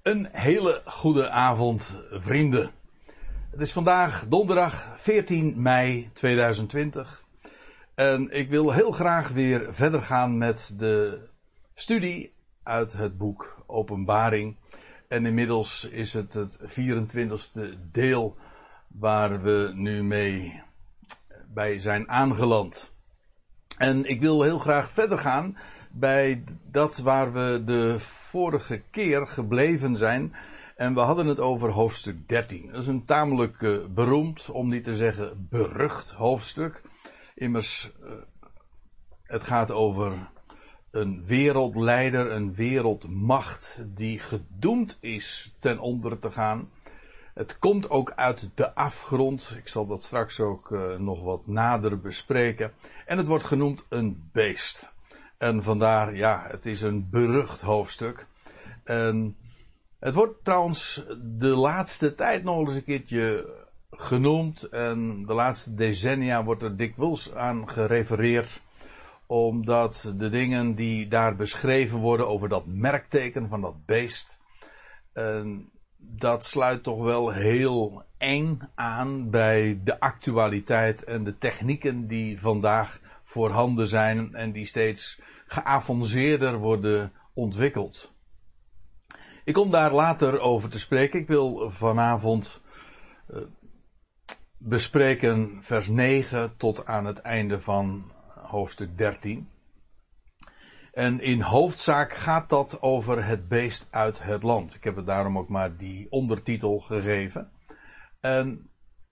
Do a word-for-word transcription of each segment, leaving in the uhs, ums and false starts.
Een hele goede avond, vrienden. Het is vandaag donderdag veertien mei tweeduizend twintig. En ik wil heel graag weer verder gaan met de studie uit het boek Openbaring. En inmiddels is het het vierentwintigste deel waar we nu mee bij zijn aangeland. En ik wil heel graag verder gaan bij dat waar we de vorige keer gebleven zijn. En we hadden het over hoofdstuk dertien. Dat is een tamelijk uh, beroemd, om niet te zeggen berucht hoofdstuk. Immers, uh, het gaat over een wereldleider, een wereldmacht die gedoemd is ten onder te gaan. Het komt ook uit de afgrond. Ik zal dat straks ook uh, nog wat nader bespreken. En het wordt genoemd een beest. En vandaar, ja, het is een berucht hoofdstuk. En het wordt trouwens de laatste tijd nog eens een keertje genoemd. En de laatste decennia wordt er dikwijls aan gerefereerd. Omdat de dingen die daar beschreven worden over dat merkteken van dat beest. En dat sluit toch wel heel eng aan bij de actualiteit en de technieken die vandaag voorhanden zijn en die steeds geavanceerder worden ontwikkeld. Ik kom daar later over te spreken. Ik wil vanavond uh, bespreken vers negen tot aan het einde van hoofdstuk dertien. En in hoofdzaak gaat dat over het beest uit het land. Ik heb het daarom ook maar die ondertitel gegeven. En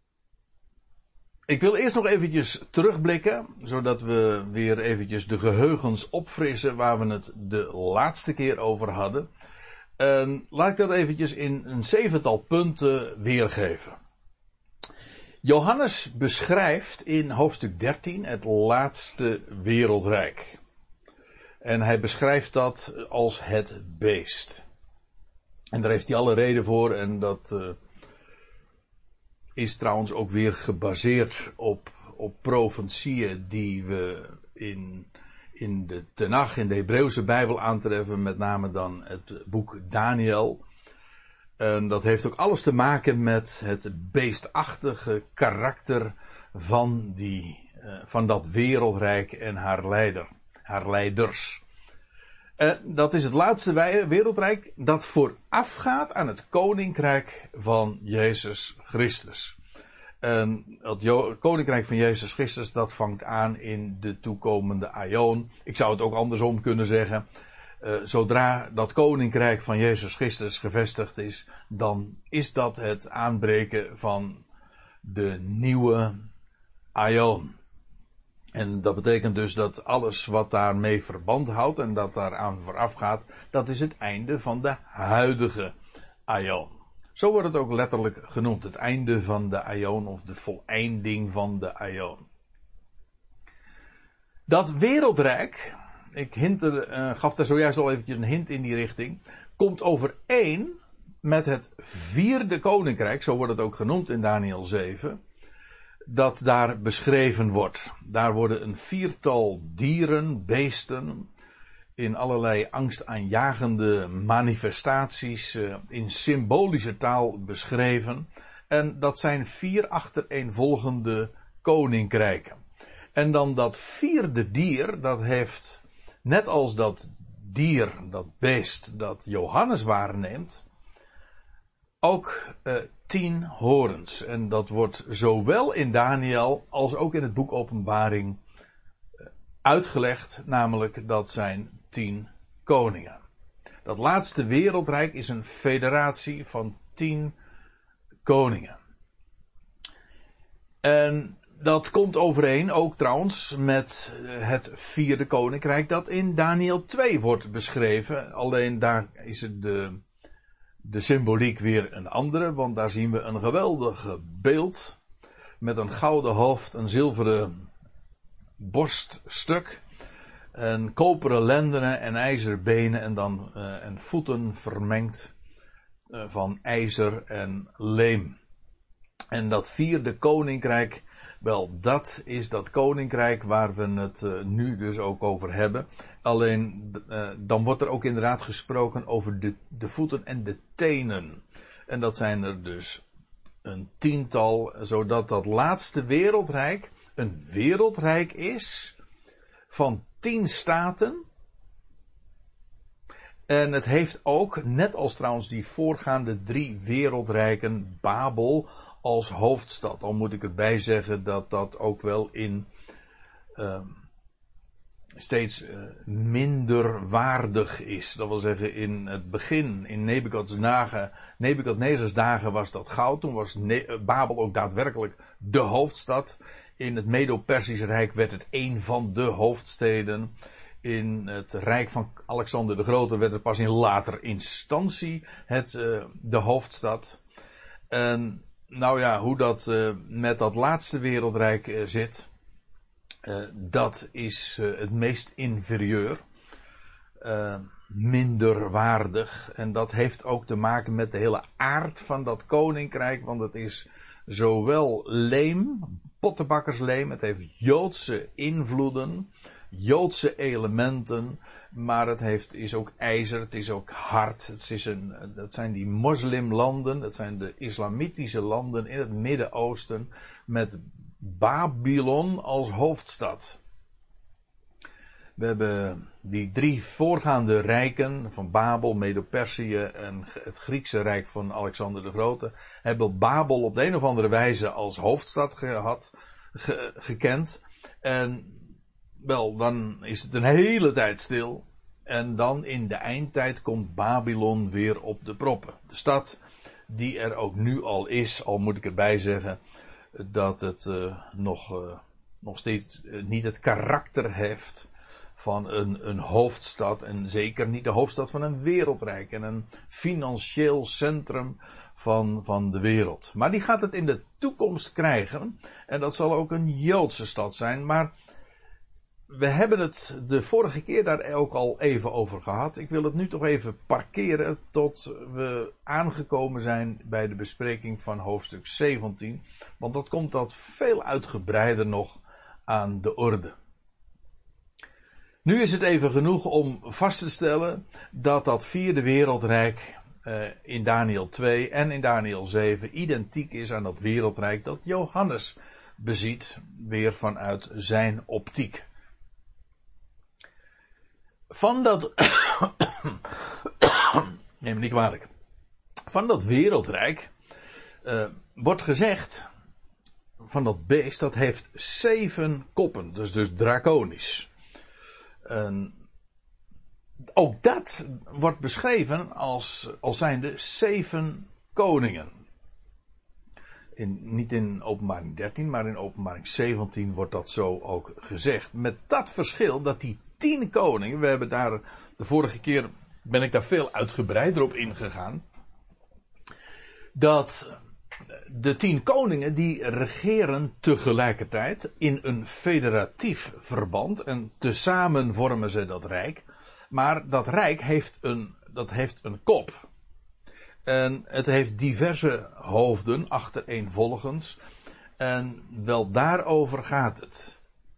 ik wil eerst nog eventjes terugblikken, zodat we weer eventjes de geheugens opfrissen waar we het de laatste keer over hadden. En laat ik dat eventjes in een zevental punten weergeven. Johannes beschrijft in hoofdstuk dertien het laatste wereldrijk. En hij beschrijft dat als het beest. En daar heeft hij alle reden voor en dat uh, is trouwens ook weer gebaseerd op, op profetieën die we in, in de Tenach, in de Hebreeuwse Bijbel aantreffen, met name dan het boek Daniel. En dat heeft ook alles te maken met het beestachtige karakter van, die, uh, van dat wereldrijk en haar leider. Haar leiders. Uh, dat is het laatste wereldrijk dat voorafgaat aan het koninkrijk van Jezus Christus. En het jo- koninkrijk van Jezus Christus dat vangt aan in de toekomende aion. Ik zou het ook andersom kunnen zeggen. Uh, zodra dat koninkrijk van Jezus Christus gevestigd is, dan is dat het aanbreken van de nieuwe aion. En dat betekent dus dat alles wat daarmee verband houdt en dat daaraan vooraf gaat, dat is het einde van de huidige aion. Zo wordt het ook letterlijk genoemd, het einde van de aion of de voleinding van de aion. Dat wereldrijk, ik hinte, uh, gaf daar zojuist al eventjes een hint in die richting, komt overeen met het vierde koninkrijk, zo wordt het ook genoemd in Daniel zeven. Dat daar beschreven wordt. Daar worden een viertal dieren, beesten, in allerlei angstaanjagende manifestaties, uh, in symbolische taal beschreven. En dat zijn vier achtereenvolgende koninkrijken. En dan dat vierde dier, dat heeft, net als dat dier, dat beest, dat Johannes waarneemt, ook uh, tien horens. En dat wordt zowel in Daniel als ook in het boek Openbaring uh, uitgelegd. Namelijk dat zijn tien koningen. Dat laatste wereldrijk is een federatie van tien koningen. En dat komt overeen ook trouwens met het vierde koninkrijk dat in Daniel twee wordt beschreven. Alleen daar is het de... De symboliek weer een andere, want daar zien we een geweldig beeld met een gouden hoofd, een zilveren borststuk, een koperen lendenen en ijzeren benen en dan uh, en voeten vermengd uh, van ijzer en leem. En dat vierde koninkrijk, Wel, dat is dat koninkrijk waar we het uh, nu dus ook over hebben. Alleen, uh, dan wordt er ook inderdaad gesproken over de, de voeten en de tenen. En dat zijn er dus een tiental, zodat dat laatste wereldrijk een wereldrijk is van tien staten. En het heeft ook, net als trouwens die voorgaande drie wereldrijken, Babel als hoofdstad. Al moet ik erbij zeggen dat dat ook wel in uh, steeds uh, minder waardig is. Dat wil zeggen, in het begin, in Nebukadnezars dagen was dat goud. Toen was ne- Babel ook daadwerkelijk de hoofdstad. In het Medo-Persische Rijk werd het een van de hoofdsteden. In het Rijk van Alexander de Grote werd het pas in later instantie het, uh, de hoofdstad. En nou ja, hoe dat uh, met dat laatste wereldrijk uh, zit, uh, dat is uh, het meest inferieur. Uh, minder waardig. En dat heeft ook te maken met de hele aard van dat koninkrijk. Want het is zowel leem, pottenbakkersleem. Het heeft Joodse invloeden. Joodse elementen. Maar het heeft, is ook ijzer. Het is ook hard. Het is een, dat zijn die moslimlanden. Dat zijn de islamitische landen in het Midden-Oosten. Met Babylon als hoofdstad. We hebben die drie voorgaande rijken van Babel, Medo-Perzië en het Griekse rijk van Alexander de Grote. Hebben Babel op de een of andere wijze als hoofdstad gehad, ge, gekend. En wel, dan is het een hele tijd stil. En dan in de eindtijd komt Babylon weer op de proppen. De stad die er ook nu al is, al moet ik erbij zeggen dat het uh, nog, uh, nog steeds uh, niet het karakter heeft van een, een hoofdstad. En zeker niet de hoofdstad van een wereldrijk en een financieel centrum van, van de wereld. Maar die gaat het in de toekomst krijgen. En dat zal ook een Joodse stad zijn. Maar we hebben het de vorige keer daar ook al even over gehad. Ik wil het nu toch even parkeren tot we aangekomen zijn bij de bespreking van hoofdstuk zeventien. Want dat komt dat veel uitgebreider nog aan de orde. Nu is het even genoeg om vast te stellen dat dat vierde wereldrijk uh, in Daniël twee en in Daniël zeven identiek is aan dat wereldrijk dat Johannes beziet, weer vanuit zijn optiek. Van dat, neem me niet kwalijk, van dat wereldrijk uh, wordt gezegd, van dat beest, dat heeft zeven koppen, dus dus draconisch. Uh, ook dat wordt beschreven als, als zijnde zeven koningen. In, niet in openbaring dertien, maar in openbaring zeventien wordt dat zo ook gezegd. Met dat verschil dat die tien koningen, we hebben daar, de vorige keer ben ik daar veel uitgebreider op ingegaan. Dat de tien koningen die regeren tegelijkertijd in een federatief verband. En tezamen vormen ze dat rijk. Maar dat rijk heeft een, dat heeft een kop. En het heeft diverse hoofden, achtereenvolgens. En wel daarover gaat het.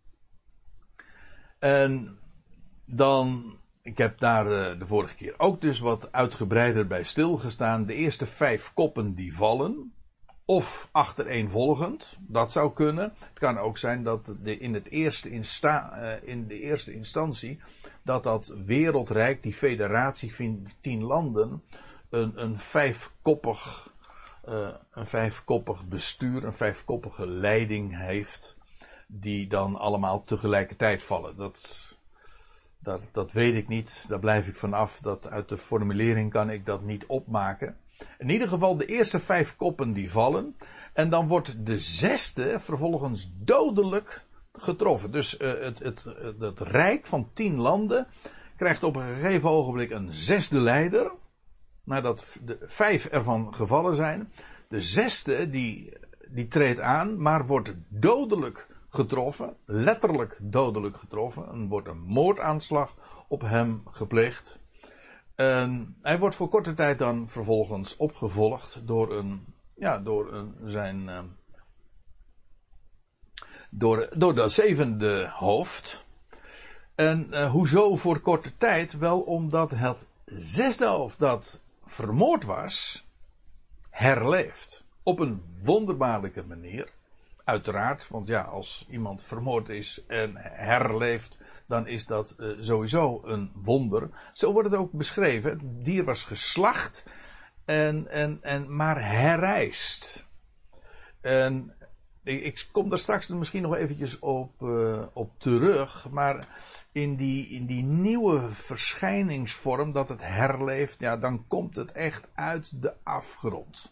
En dan, ik heb daar uh, de vorige keer ook dus wat uitgebreider bij stilgestaan. De eerste vijf koppen die vallen. Of achtereenvolgend, dat zou kunnen. Het kan ook zijn dat de, in, het eerste insta, uh, in de eerste instantie, dat dat wereldrijk, die federatie van tien landen, een, een vijfkoppig, uh, een vijfkoppig bestuur, een vijfkoppige leiding heeft, die dan allemaal tegelijkertijd vallen. Dat, dat, dat weet ik niet, daar blijf ik vanaf. Dat uit de formulering kan ik dat niet opmaken. In ieder geval de eerste vijf koppen die vallen. En dan wordt de zesde vervolgens dodelijk getroffen. Dus uh, het, het, het, het rijk van tien landen krijgt op een gegeven ogenblik een zesde leider. Nadat de vijf ervan gevallen zijn. De zesde die, die treedt aan, maar wordt dodelijk getroffen. Letterlijk dodelijk getroffen. Er wordt een moordaanslag op hem gepleegd. En hij wordt voor korte tijd dan vervolgens opgevolgd door een, ja, door een, zijn, uh, door, door dat zevende hoofd. En uh, hoezo voor korte tijd? Wel omdat het zesde hoofd dat vermoord was, herleeft. Op een wonderbaarlijke manier. Uiteraard, want ja, als iemand vermoord is en herleeft, dan is dat uh, sowieso een wonder. Zo wordt het ook beschreven. Het dier was geslacht, en, en, en, maar herrijst. En ik, ik kom daar straks misschien nog eventjes op, uh, op terug, maar in die, in die nieuwe verschijningsvorm dat het herleeft, ja, dan komt het echt uit de afgrond.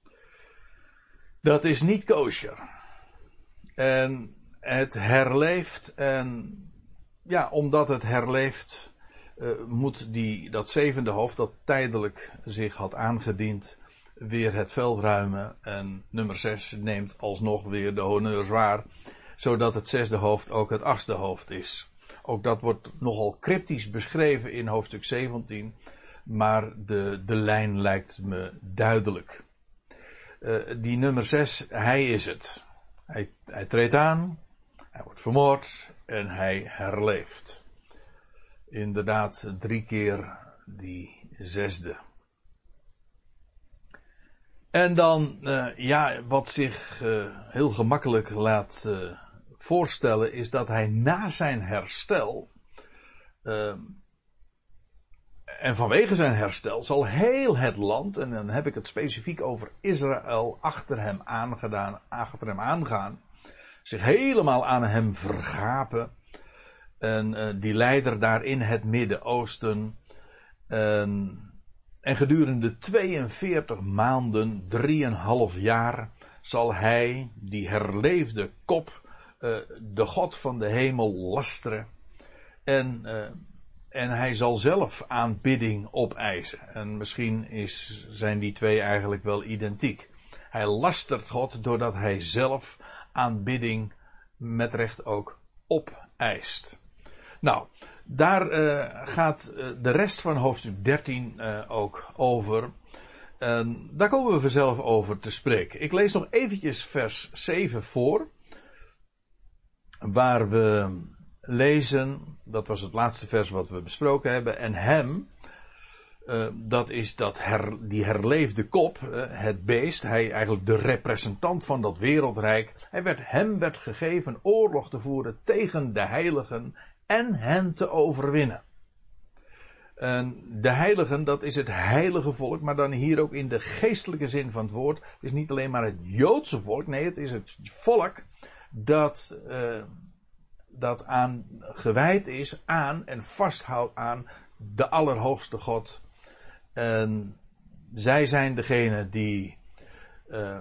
Dat is niet kosher. En het herleeft, en ja, omdat het herleeft, uh, moet die, dat zevende hoofd dat tijdelijk zich had aangediend, weer het veld ruimen. En nummer zes neemt alsnog weer de honneurs waar, zodat het zesde hoofd ook het achtste hoofd is. Ook dat wordt nogal cryptisch beschreven in hoofdstuk zeventien, maar de, de lijn lijkt me duidelijk. Uh, die nummer zes, hij is het. Hij, hij treedt aan, hij wordt vermoord en hij herleeft. Inderdaad, drie keer die zesde. En dan, uh, ja, wat zich uh, heel gemakkelijk laat uh, voorstellen, is dat hij na zijn herstel, uh, en vanwege zijn herstel, zal heel het land, en dan heb ik het specifiek over Israël, achter hem aangedaan, achter hem aangaan, zich helemaal aan hem vergapen, en uh, die leider daar in het Midden-Oosten, en, en gedurende tweeënveertig maanden, drieënhalf jaar, zal hij, die herleefde kop, uh, de God van de hemel lasteren, en uh, En hij zal zelf aanbidding opeisen. En misschien is, zijn die twee eigenlijk wel identiek. Hij lastert God doordat hij zelf aanbidding met recht ook opeist. Nou, daar uh, gaat uh, de rest van hoofdstuk dertien uh, ook over. En daar komen we vanzelf over te spreken. Ik lees nog eventjes vers zeven voor. Waar we lezen, dat was het laatste vers wat we besproken hebben, en hem, uh, dat is dat her, die herleefde kop, uh, het beest, hij eigenlijk de representant van dat wereldrijk, hij werd, hem werd gegeven oorlog te voeren tegen de heiligen en hen te overwinnen. En de heiligen, dat is het heilige volk, maar dan hier ook in de geestelijke zin van het woord. Het is niet alleen maar het Joodse volk, nee, het is het volk dat uh, dat aan gewijd is aan en vasthoudt aan de Allerhoogste God. En zij zijn degene die uh,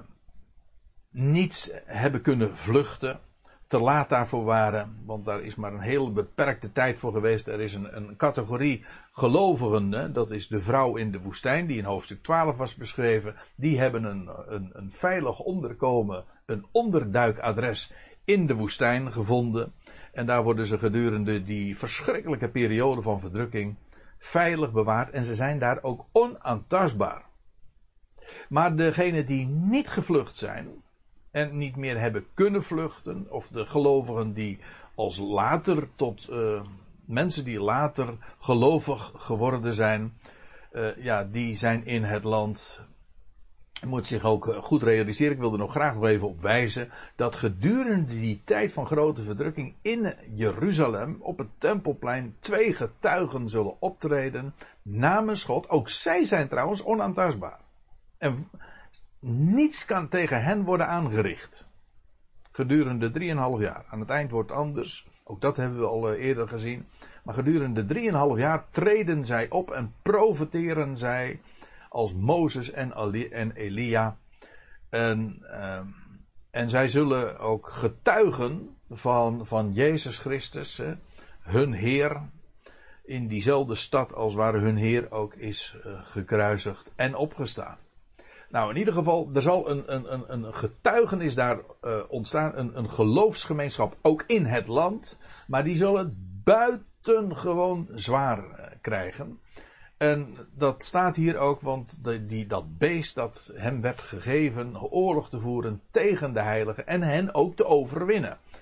niet hebben kunnen vluchten, te laat daarvoor waren, want daar is maar een heel beperkte tijd voor geweest. Er is een, een categorie gelovigen, hè, dat is de vrouw in de woestijn, die in hoofdstuk twaalf was beschreven. Die hebben een, een, een veilig onderkomen, een onderduikadres in de woestijn gevonden. En daar worden ze gedurende die verschrikkelijke periode van verdrukking veilig bewaard. En ze zijn daar ook onaantastbaar. Maar degenen die niet gevlucht zijn en niet meer hebben kunnen vluchten, of de gelovigen die als later tot uh, mensen die later gelovig geworden zijn, uh, ja, die zijn in het land. Je moet zich ook goed realiseren, ik wil er nog graag nog even op wijzen, dat gedurende die tijd van grote verdrukking in Jeruzalem, op het Tempelplein, twee getuigen zullen optreden namens God. Ook zij zijn trouwens onaantastbaar. En niets kan tegen hen worden aangericht. Gedurende drieënhalf jaar. Aan het eind wordt anders, ook dat hebben we al eerder gezien. Maar gedurende drieënhalf jaar treden zij op en profeteren zij als Mozes en, Ali, en Elia. En, uh, en zij zullen ook getuigen van, van Jezus Christus, hè, hun Heer, in diezelfde stad als waar hun Heer ook is uh, gekruisigd en opgestaan. Nou, in ieder geval, er zal een, een, een getuigenis daar uh, ontstaan, een, een geloofsgemeenschap ook in het land, maar die zullen buitengewoon zwaar uh, krijgen. En dat staat hier ook, want de, die, dat beest dat hem werd gegeven oorlog te voeren tegen de heiligen en hen ook te overwinnen.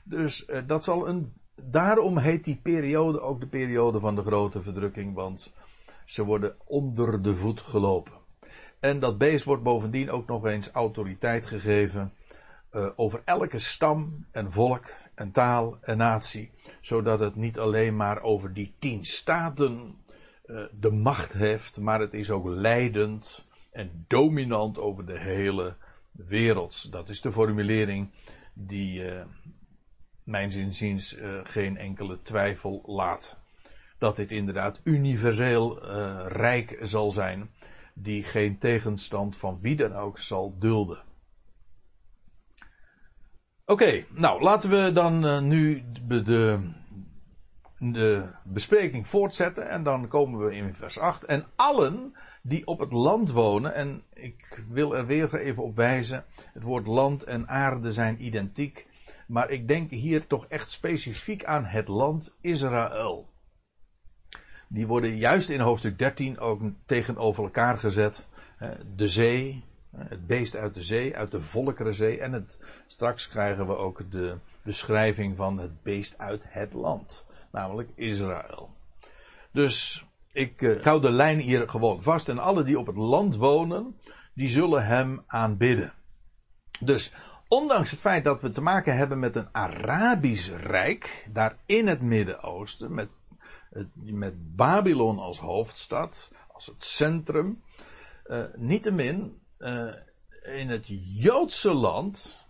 Dus uh, dat zal een... Daarom heet die periode ook de periode van de grote verdrukking, want ze worden onder de voet gelopen. En dat beest wordt bovendien ook nog eens autoriteit gegeven uh, over elke stam en volk en taal en natie, zodat het niet alleen maar over die tien staten uh, de macht heeft, maar het is ook leidend en dominant over de hele wereld. Dat is de formulering die uh, mijns inziens uh, geen enkele twijfel laat. Dat dit inderdaad universeel uh, rijk zal zijn, die geen tegenstand van wie dan ook zal dulden. Oké, okay, nou laten we dan uh, nu de, de bespreking voortzetten en dan komen we in vers acht. En allen die op het land wonen, en ik wil er weer even op wijzen, het woord land en aarde zijn identiek, maar ik denk hier toch echt specifiek aan het land Israël. Die worden juist in hoofdstuk dertien ook tegenover elkaar gezet. De zee, het beest uit de zee, uit de Volkerenzee. En het, straks krijgen we ook de beschrijving van het beest uit het land. Namelijk Israël. Dus ik uh, hou de lijn hier gewoon vast. En alle die op het land wonen, die zullen hem aanbidden. Dus ondanks het feit dat we te maken hebben met een Arabisch rijk, daar in het Midden-Oosten, met met Babylon als hoofdstad, als het centrum. Uh, niettemin, uh, in het Joodse land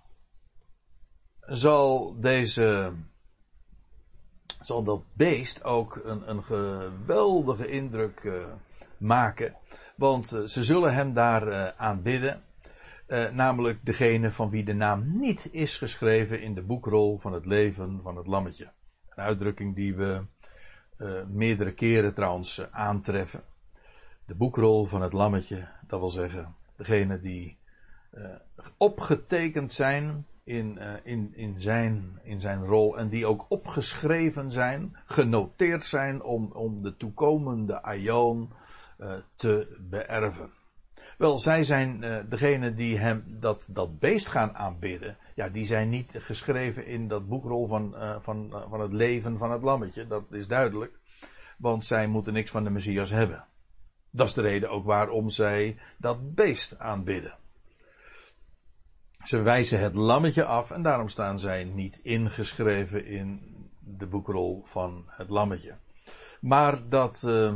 zal deze, zal dat beest ook een, een geweldige indruk uh, maken. Want uh, ze zullen hem daar uh, aanbidden. Uh, namelijk degene van wie de naam niet is geschreven in de boekrol van het leven van het lammetje. Een uitdrukking die we Uh, meerdere keren trouwens uh, aantreffen. De boekrol van het lammetje, dat wil zeggen, degene die uh, opgetekend zijn in, uh, in, in, zijn, in zijn rol en die ook opgeschreven zijn, genoteerd zijn om, om de toekomende aion uh, te beërven. Wel, zij zijn uh, degene die hem dat, dat beest gaan aanbidden. Ja, die zijn niet geschreven in dat boekrol van, uh, van, uh, van het leven van het lammetje. Dat is duidelijk. Want zij moeten niks van de Messias hebben. Dat is de reden ook waarom zij dat beest aanbidden. Ze wijzen het lammetje af en daarom staan zij niet ingeschreven in de boekrol van het lammetje. Maar dat... Uh,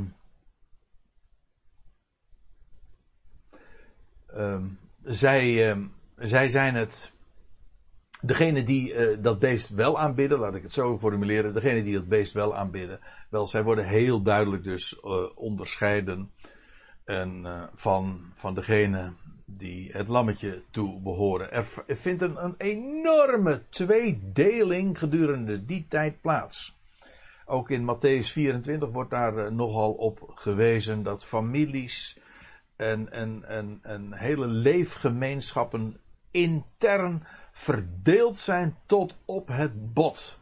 Um, zij, um, zij zijn het, degene die uh, dat beest wel aanbidden, laat ik het zo formuleren, degene die dat beest wel aanbidden, wel, zij worden heel duidelijk dus uh, onderscheiden en, uh, van, van degene die het lammetje toe behoren. Er, er vindt een, een enorme tweedeling gedurende die tijd plaats. Ook in Matthäus vierentwintig wordt daar uh, nogal op gewezen dat families En, en, en, en hele leefgemeenschappen intern verdeeld zijn tot op het bot.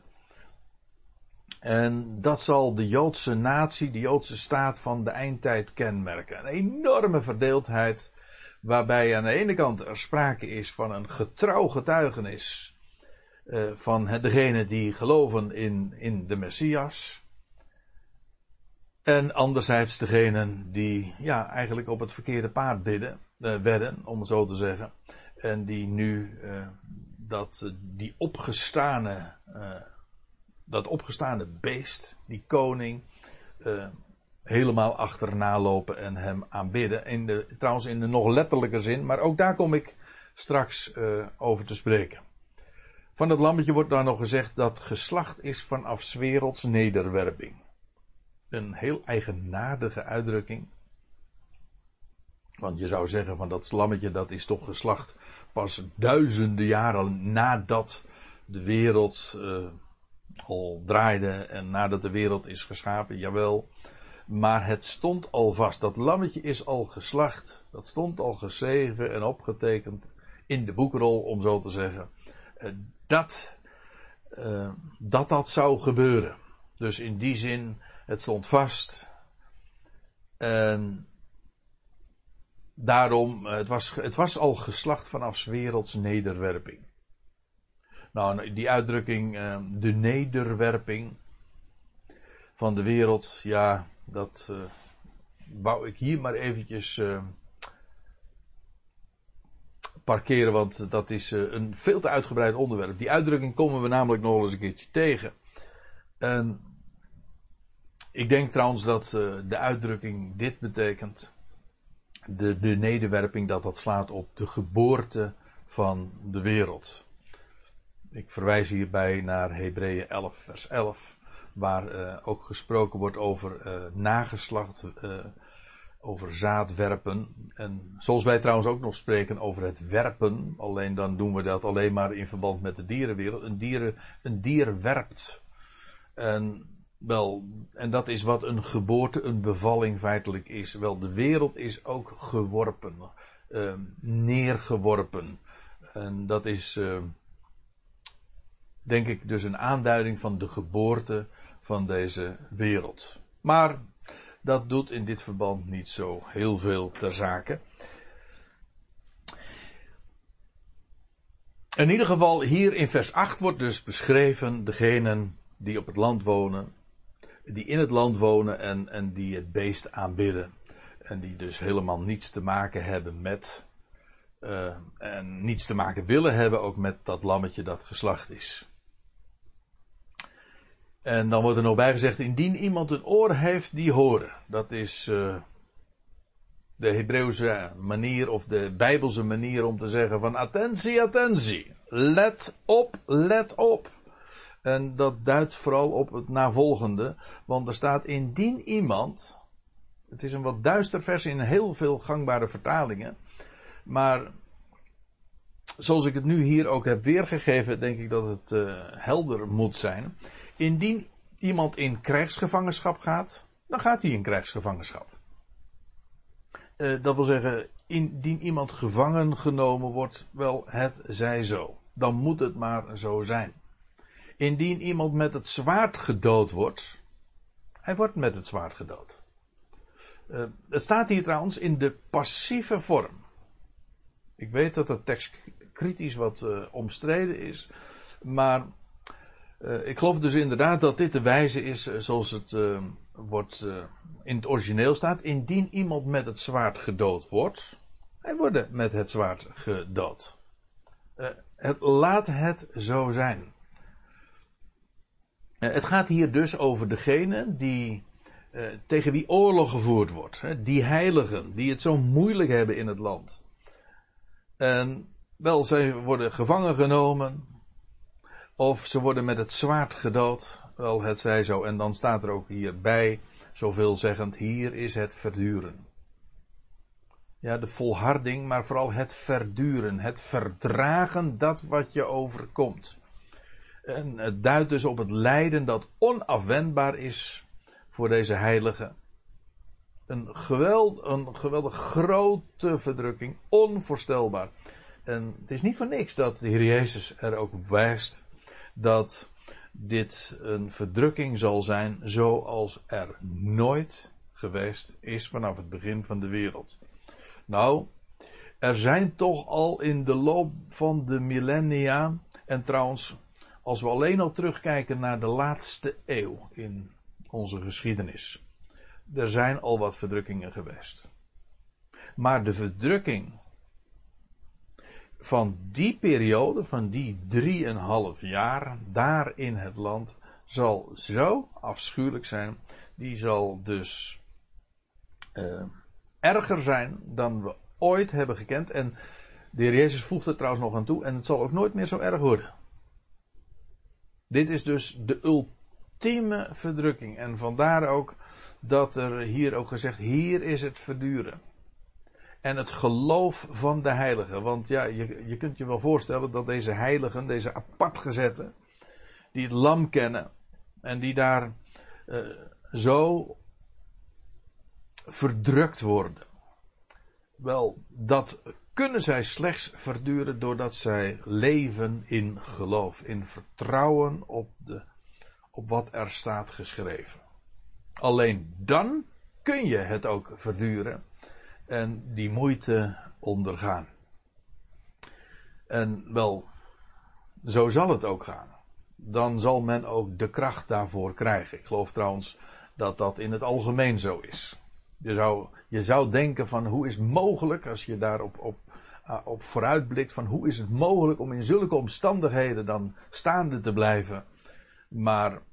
En dat zal de Joodse natie, de Joodse staat van de eindtijd kenmerken. Een enorme verdeeldheid, waarbij aan de ene kant er sprake is van een getrouw getuigenis uh, van degenen die geloven in, in de Messias. En anderzijds degenen die ja, eigenlijk op het verkeerde paard bidden, uh, wedden, om het zo te zeggen. En die nu uh, dat, uh, die opgestane, uh, dat opgestane beest, die koning, uh, helemaal achterna lopen en hem aanbidden. In de, trouwens in de nog letterlijke zin, maar ook daar kom ik straks uh, over te spreken. Van het lammetje wordt daar nog gezegd dat geslacht is vanaf 's werelds nederwerping. Een heel eigenaardige uitdrukking. Want je zou zeggen van dat lammetje dat is toch geslacht pas duizenden jaren nadat de wereld uh, al draaide en nadat de wereld is geschapen, jawel. Maar het stond al vast. Dat lammetje is al geslacht. Dat stond al geschreven en opgetekend in de boekrol, om zo te zeggen. Uh, dat, uh, dat dat zou gebeuren. Dus in die zin, het stond vast. En daarom, het was, het was al geslacht vanaf 's werelds nederwerping. Nou, die uitdrukking, uh, de nederwerping van de wereld, ja, dat uh, wou ik hier maar eventjes uh, parkeren, want dat is uh, een veel te uitgebreid onderwerp. Die uitdrukking komen we namelijk nog eens een keertje tegen. En ik denk trouwens dat uh, de uitdrukking dit betekent, de, de nederwerping, dat dat slaat op de geboorte van de wereld. Ik verwijs hierbij naar Hebreeën elf vers elf, waar uh, ook gesproken wordt over uh, nageslacht, uh, over zaadwerpen. En zoals wij trouwens ook nog spreken over het werpen, alleen dan doen we dat alleen maar in verband met de dierenwereld. Een, dieren, een dier werpt. En, wel, en dat is wat een geboorte, een bevalling feitelijk is. Wel, de wereld is ook geworpen, uh, neergeworpen. En dat is, uh, denk ik, dus een aanduiding van de geboorte van deze wereld. Maar dat doet in dit verband niet zo heel veel ter zake. In ieder geval, hier in vers acht wordt dus beschreven degenen die op het land wonen, die in het land wonen en, en die het beest aanbidden. En die dus helemaal niets te maken hebben met, uh, en niets te maken willen hebben ook met dat lammetje dat geslacht is. En dan wordt er nog bij gezegd, indien iemand een oor heeft, die horen. Dat is uh, de Hebreeuwse manier of de Bijbelse manier om te zeggen van attentie, attentie. Let op, let op. En dat duidt vooral op het navolgende. Want er staat indien iemand. Het is een wat duister vers in heel veel gangbare vertalingen. Maar zoals ik het nu hier ook heb weergegeven, denk ik dat het uh, helder moet zijn. Indien iemand in krijgsgevangenschap gaat, dan gaat hij in krijgsgevangenschap. Uh, dat wil zeggen, indien iemand gevangen genomen wordt, wel het zij zo. Dan moet het maar zo zijn. Indien iemand met het zwaard gedood wordt, hij wordt met het zwaard gedood. Uh, het staat hier trouwens in de passieve vorm. Ik weet dat de tekst kritisch wat uh, omstreden is, maar uh, ik geloof dus inderdaad dat dit de wijze is uh, zoals het uh, wordt uh, in het origineel staat. Indien iemand met het zwaard gedood wordt, hij wordt met het zwaard gedood. Uh, het, laat het zo zijn. Uh, het gaat hier dus over degene die uh, tegen wie oorlog gevoerd wordt. Hè, die heiligen, die het zo moeilijk hebben in het land. En wel, zij worden gevangen genomen. Of ze worden met het zwaard gedood. Wel, het zij zo. En dan staat er ook hierbij, zoveelzeggend, hier is het verduren. Ja, de volharding, maar vooral het verduren. Het verdragen dat wat je overkomt. En het duidt dus op het lijden dat onafwendbaar is voor deze heiligen. Een, geweld, een geweldig grote verdrukking, onvoorstelbaar. En het is niet voor niks dat de Heer Jezus er ook op wijst dat dit een verdrukking zal zijn zoals er nooit geweest is vanaf het begin van de wereld. Nou, er zijn toch al in de loop van de millennia, en trouwens, als we alleen al terugkijken naar de laatste eeuw in onze geschiedenis, er zijn al wat verdrukkingen geweest. Maar de verdrukking van die periode, van die drieënhalf jaar, daar in het land, zal zo afschuwelijk zijn. Die zal dus uh, erger zijn dan we ooit hebben gekend. En de Heer Jezus voegt er trouwens nog aan toe. En het zal ook nooit meer zo erg worden. Dit is dus de ultieme verdrukking. En vandaar ook dat er hier ook gezegd, hier is het verduren. En het geloof van de heiligen. Want ja, je, je kunt je wel voorstellen dat deze heiligen, deze apartgezetten, die het lam kennen en die daar uh, zo verdrukt worden. Wel, dat kunnen zij slechts verduren doordat zij leven in geloof, in vertrouwen op, de, op wat er staat geschreven. Alleen dan kun je het ook verduren en die moeite ondergaan. En wel, zo zal het ook gaan. Dan zal men ook de kracht daarvoor krijgen. Ik geloof trouwens dat dat in het algemeen zo is. Je zou, je zou denken van hoe is het mogelijk, als je daarop op, op vooruitblikt, van hoe is het mogelijk om in zulke omstandigheden dan staande te blijven. Maar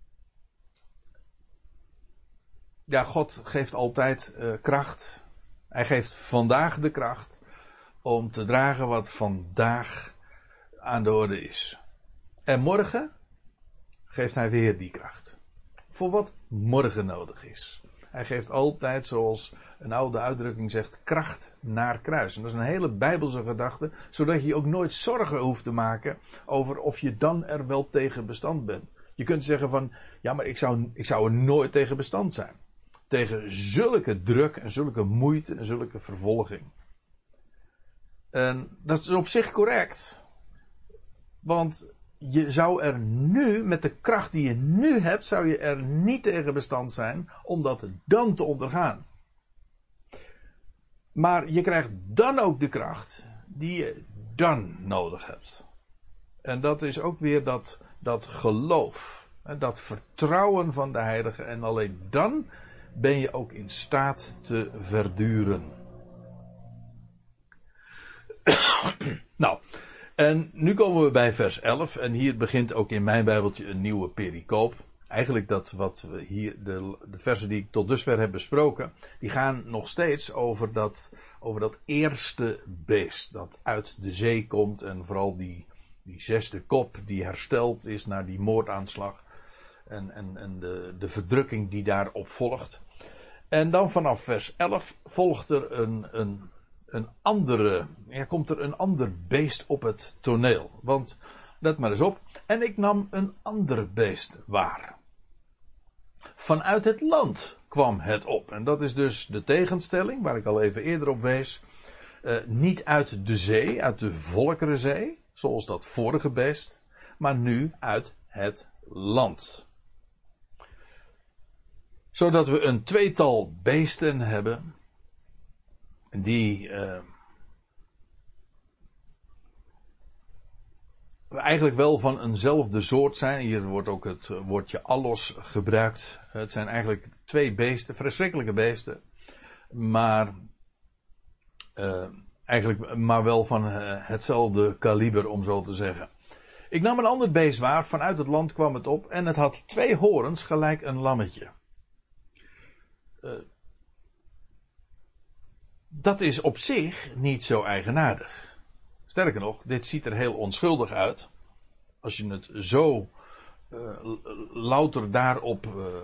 ja, God geeft altijd uh, kracht. Hij geeft vandaag de kracht om te dragen wat vandaag aan de orde is. En morgen geeft hij weer die kracht. Voor wat morgen nodig is. Hij geeft altijd, zoals een oude uitdrukking zegt, kracht naar kruis. En dat is een hele bijbelse gedachte, zodat je je ook nooit zorgen hoeft te maken over of je dan er wel tegen bestand bent. Je kunt zeggen van, ja, maar ik zou, ik zou er nooit tegen bestand zijn. Tegen zulke druk en zulke moeite en zulke vervolging. En dat is op zich correct. Want je zou er nu, met de kracht die je nu hebt, zou je er niet tegen bestand zijn om dat dan te ondergaan. Maar je krijgt dan ook de kracht die je dan nodig hebt. En dat is ook weer dat, dat geloof, dat vertrouwen van de Heilige. En alleen dan ben je ook in staat te verduren. Nou, en nu komen we bij vers elf. En hier begint ook in mijn Bijbeltje een nieuwe pericoop. Eigenlijk dat wat we hier, de, de versen die ik tot dusver heb besproken, die gaan nog steeds over dat, over dat eerste beest dat uit de zee komt. En vooral die, die zesde kop die hersteld is na die moordaanslag. En, en, en de, de verdrukking die daarop volgt. En dan vanaf vers elf volgt er een, een, een andere, ja, komt er een ander beest op het toneel. Want, let maar eens op. En ik nam een ander beest waar. Vanuit het land kwam het op. En dat is dus de tegenstelling, waar ik al even eerder op wees. Uh, niet uit de zee, uit de Volkerenzee, zoals dat vorige beest. Maar nu uit het land. Zodat we een tweetal beesten hebben. Die uh, eigenlijk wel van eenzelfde soort zijn. Hier wordt ook het woordje allos gebruikt. Het zijn eigenlijk twee beesten, verschrikkelijke beesten. Maar uh, eigenlijk maar wel van uh, hetzelfde kaliber, om zo te zeggen. Ik nam een ander beest waar, vanuit het land kwam het op. En het had twee horens gelijk een lammetje. Uh, dat is op zich niet zo eigenaardig. Sterker nog, dit ziet er heel onschuldig uit. Als je het zo uh, louter daarop, uh,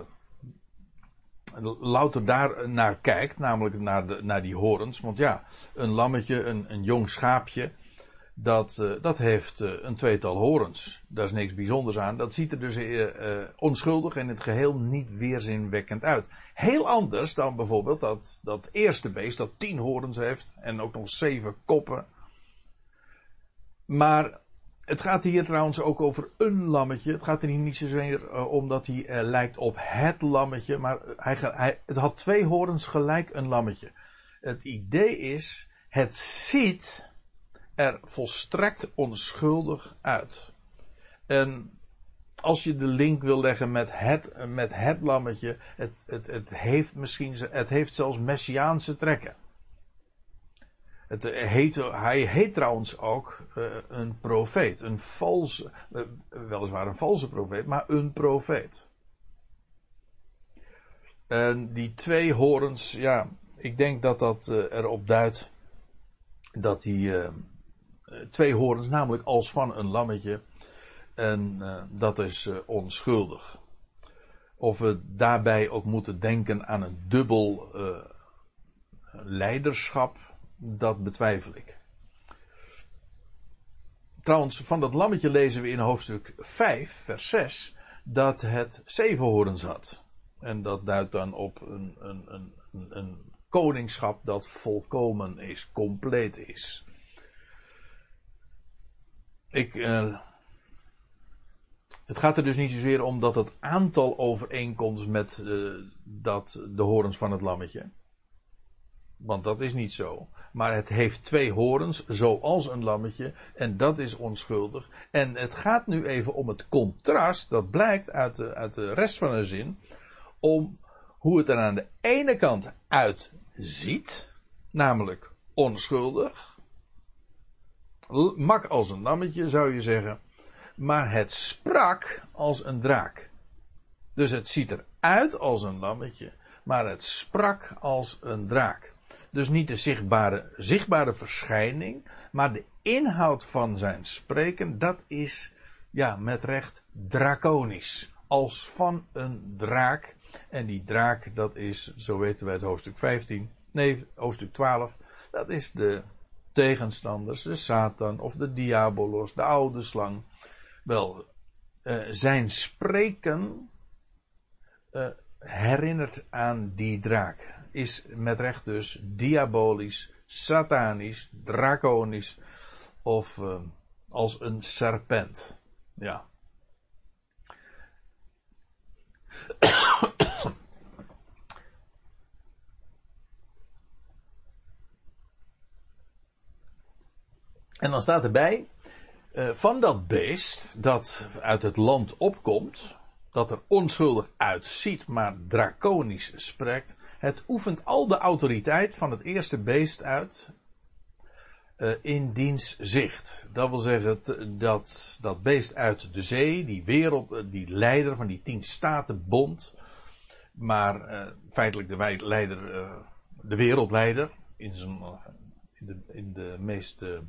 louter daar naar kijkt, namelijk naar, de, naar die horens. Want ja, een lammetje, een, een jong schaapje, dat, uh, dat heeft uh, een tweetal horens. Daar is niks bijzonders aan. Dat ziet er dus uh, uh, onschuldig en in het geheel niet weerzinwekkend uit. Heel anders dan bijvoorbeeld dat, dat eerste beest dat tien horens heeft en ook nog zeven koppen. Maar het gaat hier trouwens ook over een lammetje. Het gaat er hier niet zozeer uh, om dat hij uh, lijkt op het lammetje. Maar hij, hij, het had twee horens gelijk een lammetje. Het idee is, het ziet er volstrekt onschuldig uit. En als je de link wil leggen met het, met het lammetje, het, het, het heeft misschien, het heeft zelfs messiaanse trekken. Het heet, hij heet trouwens ook uh, een profeet. Een valse, uh, weliswaar een valse profeet, maar een profeet. En die twee horens, ja, ik denk dat dat uh, erop duidt dat die uh, twee horens, namelijk als van een lammetje, en uh, dat is uh, onschuldig. Of we daarbij ook moeten denken aan een dubbel uh, leiderschap, dat betwijfel ik. Trouwens, van dat lammetje lezen we in hoofdstuk vijf, vers zes, dat het zeven horens had. En dat duidt dan op een, een, een, een koningschap dat volkomen is, compleet is. Ik, uh, het gaat er dus niet zozeer om dat het aantal overeenkomt met uh, dat, de horens van het lammetje. Want dat is niet zo. Maar het heeft twee horens, zoals een lammetje. En dat is onschuldig. En het gaat nu even om het contrast. Dat blijkt uit de, uit de rest van de zin. Om hoe het er aan de ene kant uitziet. Namelijk onschuldig. Mak als een lammetje zou je zeggen. Maar het sprak als een draak. Dus het ziet eruit als een lammetje. Maar het sprak als een draak. Dus niet de zichtbare, zichtbare verschijning. Maar de inhoud van zijn spreken. Dat is ja met recht draconisch. Als van een draak. En die draak dat is, zo weten wij het hoofdstuk vijftien. Nee, hoofdstuk twaalf. Dat is de tegenstanders. De Satan of de Diabolos. De oude slang. Wel, uh, zijn spreken uh, herinnert aan die draak. Is met recht dus diabolisch, satanisch, draconisch of uh, als een serpent. Ja. En dan staat erbij, uh, van dat beest dat uit het land opkomt, dat er onschuldig uitziet, maar draconisch spreekt, het oefent al de autoriteit van het eerste beest uit uh, in diens zicht. Dat wil zeggen, t, dat, dat beest uit de zee, die wereld, die leider van die tien statenbond, maar uh, feitelijk de leider, uh, de wereldleider, in, zijn, uh, in, de, in de meest... Uh,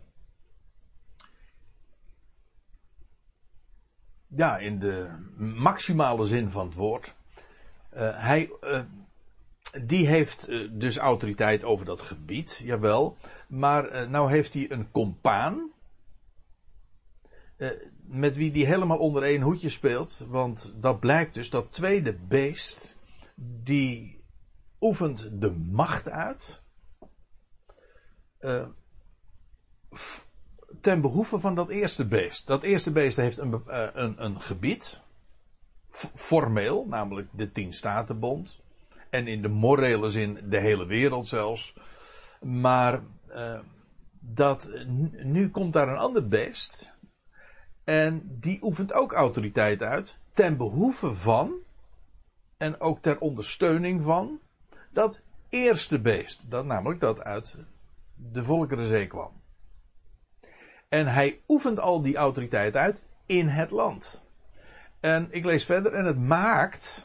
Ja, in de maximale zin van het woord. Uh, hij, uh, die heeft uh, dus autoriteit over dat gebied, jawel. Maar uh, nou heeft hij een compaan. Uh, met wie die helemaal onder één hoedje speelt. Want dat blijkt dus, dat tweede beest. Die oefent de macht uit. Uh, f- ten behoeve van dat eerste beest. Dat eerste beest heeft een, uh, een, een gebied. F- formeel, namelijk de tien statenbond. En in de morele zin de hele wereld zelfs. Maar uh, dat, nu komt daar een ander beest. En die oefent ook autoriteit uit. Ten behoeve van. En ook ter ondersteuning van. Dat eerste beest. Dat namelijk dat uit de Volkerenzee kwam. En hij oefent al die autoriteit uit in het land. En ik lees verder. En het maakt.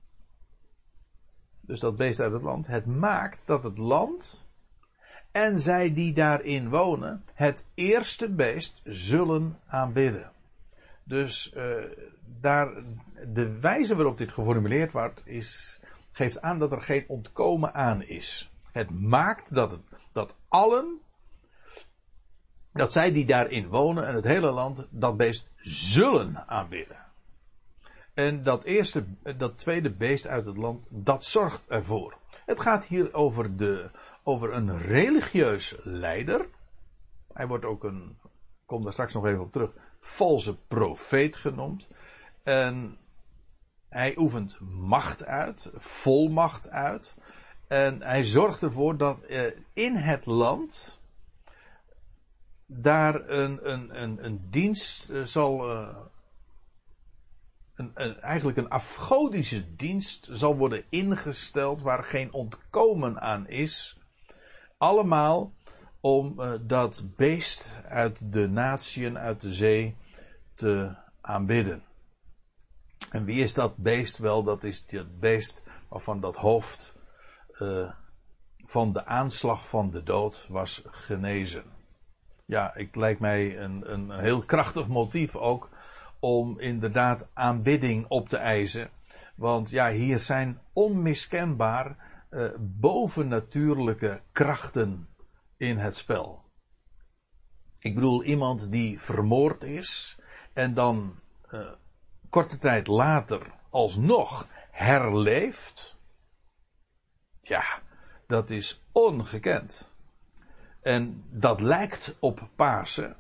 Dus dat beest uit het land. Het maakt dat het land. En zij die daarin wonen. Het eerste beest zullen aanbidden. Dus uh, daar, de wijze waarop dit geformuleerd wordt. Is, geeft aan dat er geen ontkomen aan is. Het maakt dat, het, dat allen. Dat zij die daarin wonen en het hele land dat beest zullen aanbidden. En dat eerste, dat tweede beest uit het land, dat zorgt ervoor. Het gaat hier over, de, over een religieus leider. Hij wordt ook een, ik kom daar straks nog even op terug, valse profeet genoemd. En hij oefent macht uit, volmacht uit. En hij zorgt ervoor dat eh, in het land daar een, een, een, een dienst uh, zal, uh, een, een, eigenlijk een afgodische dienst zal worden ingesteld waar geen ontkomen aan is. Allemaal om uh, dat beest uit de natieën, uit de zee te aanbidden. En wie is dat beest? Wel, dat is het beest waarvan dat hoofd uh, van de aanslag van de dood was genezen. Ja, het lijkt mij een, een heel krachtig motief ook om inderdaad aanbidding op te eisen. Want ja, hier zijn onmiskenbaar uh, bovennatuurlijke krachten in het spel. Ik bedoel, iemand die vermoord is en dan uh, korte tijd later alsnog herleeft. Ja, dat is ongekend. En dat lijkt op Pasen.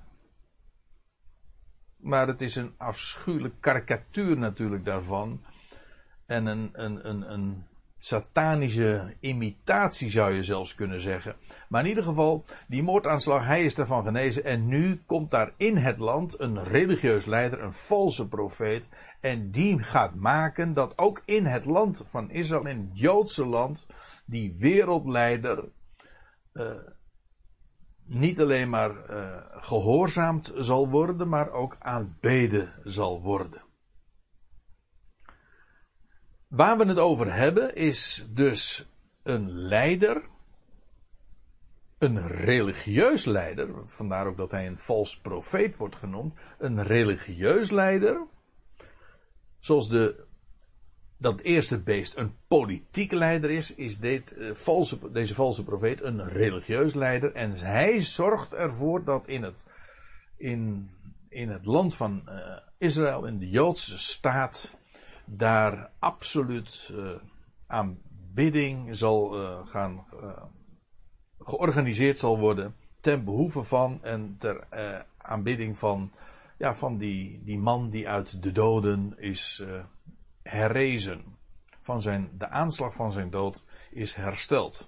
Maar het is een afschuwelijk karikatuur natuurlijk daarvan. En een, een, een, een satanische imitatie zou je zelfs kunnen zeggen. Maar in ieder geval, die moordaanslag, hij is daarvan genezen. En nu komt daar in het land een religieus leider, een valse profeet. En die gaat maken dat ook in het land van Israël, in het Joodse land, die wereldleider uh, niet alleen maar uh, gehoorzaamd zal worden, maar ook aanbeden zal worden. Waar we het over hebben is dus een leider, een religieus leider, vandaar ook dat hij een vals profeet wordt genoemd, een religieus leider, zoals de, dat eerste beest een politiek leider is, is dit, uh, valse, deze valse profeet een religieus leider en hij zorgt ervoor dat in het, in, in het land van uh, Israël, in de Joodse staat, daar absoluut uh, aanbidding zal uh, gaan uh, georganiseerd zal worden ten behoeve van en ter uh, aanbidding van, ja, van die, die man die uit de doden is uh, herrezen. Van zijn, de aanslag van zijn dood is hersteld.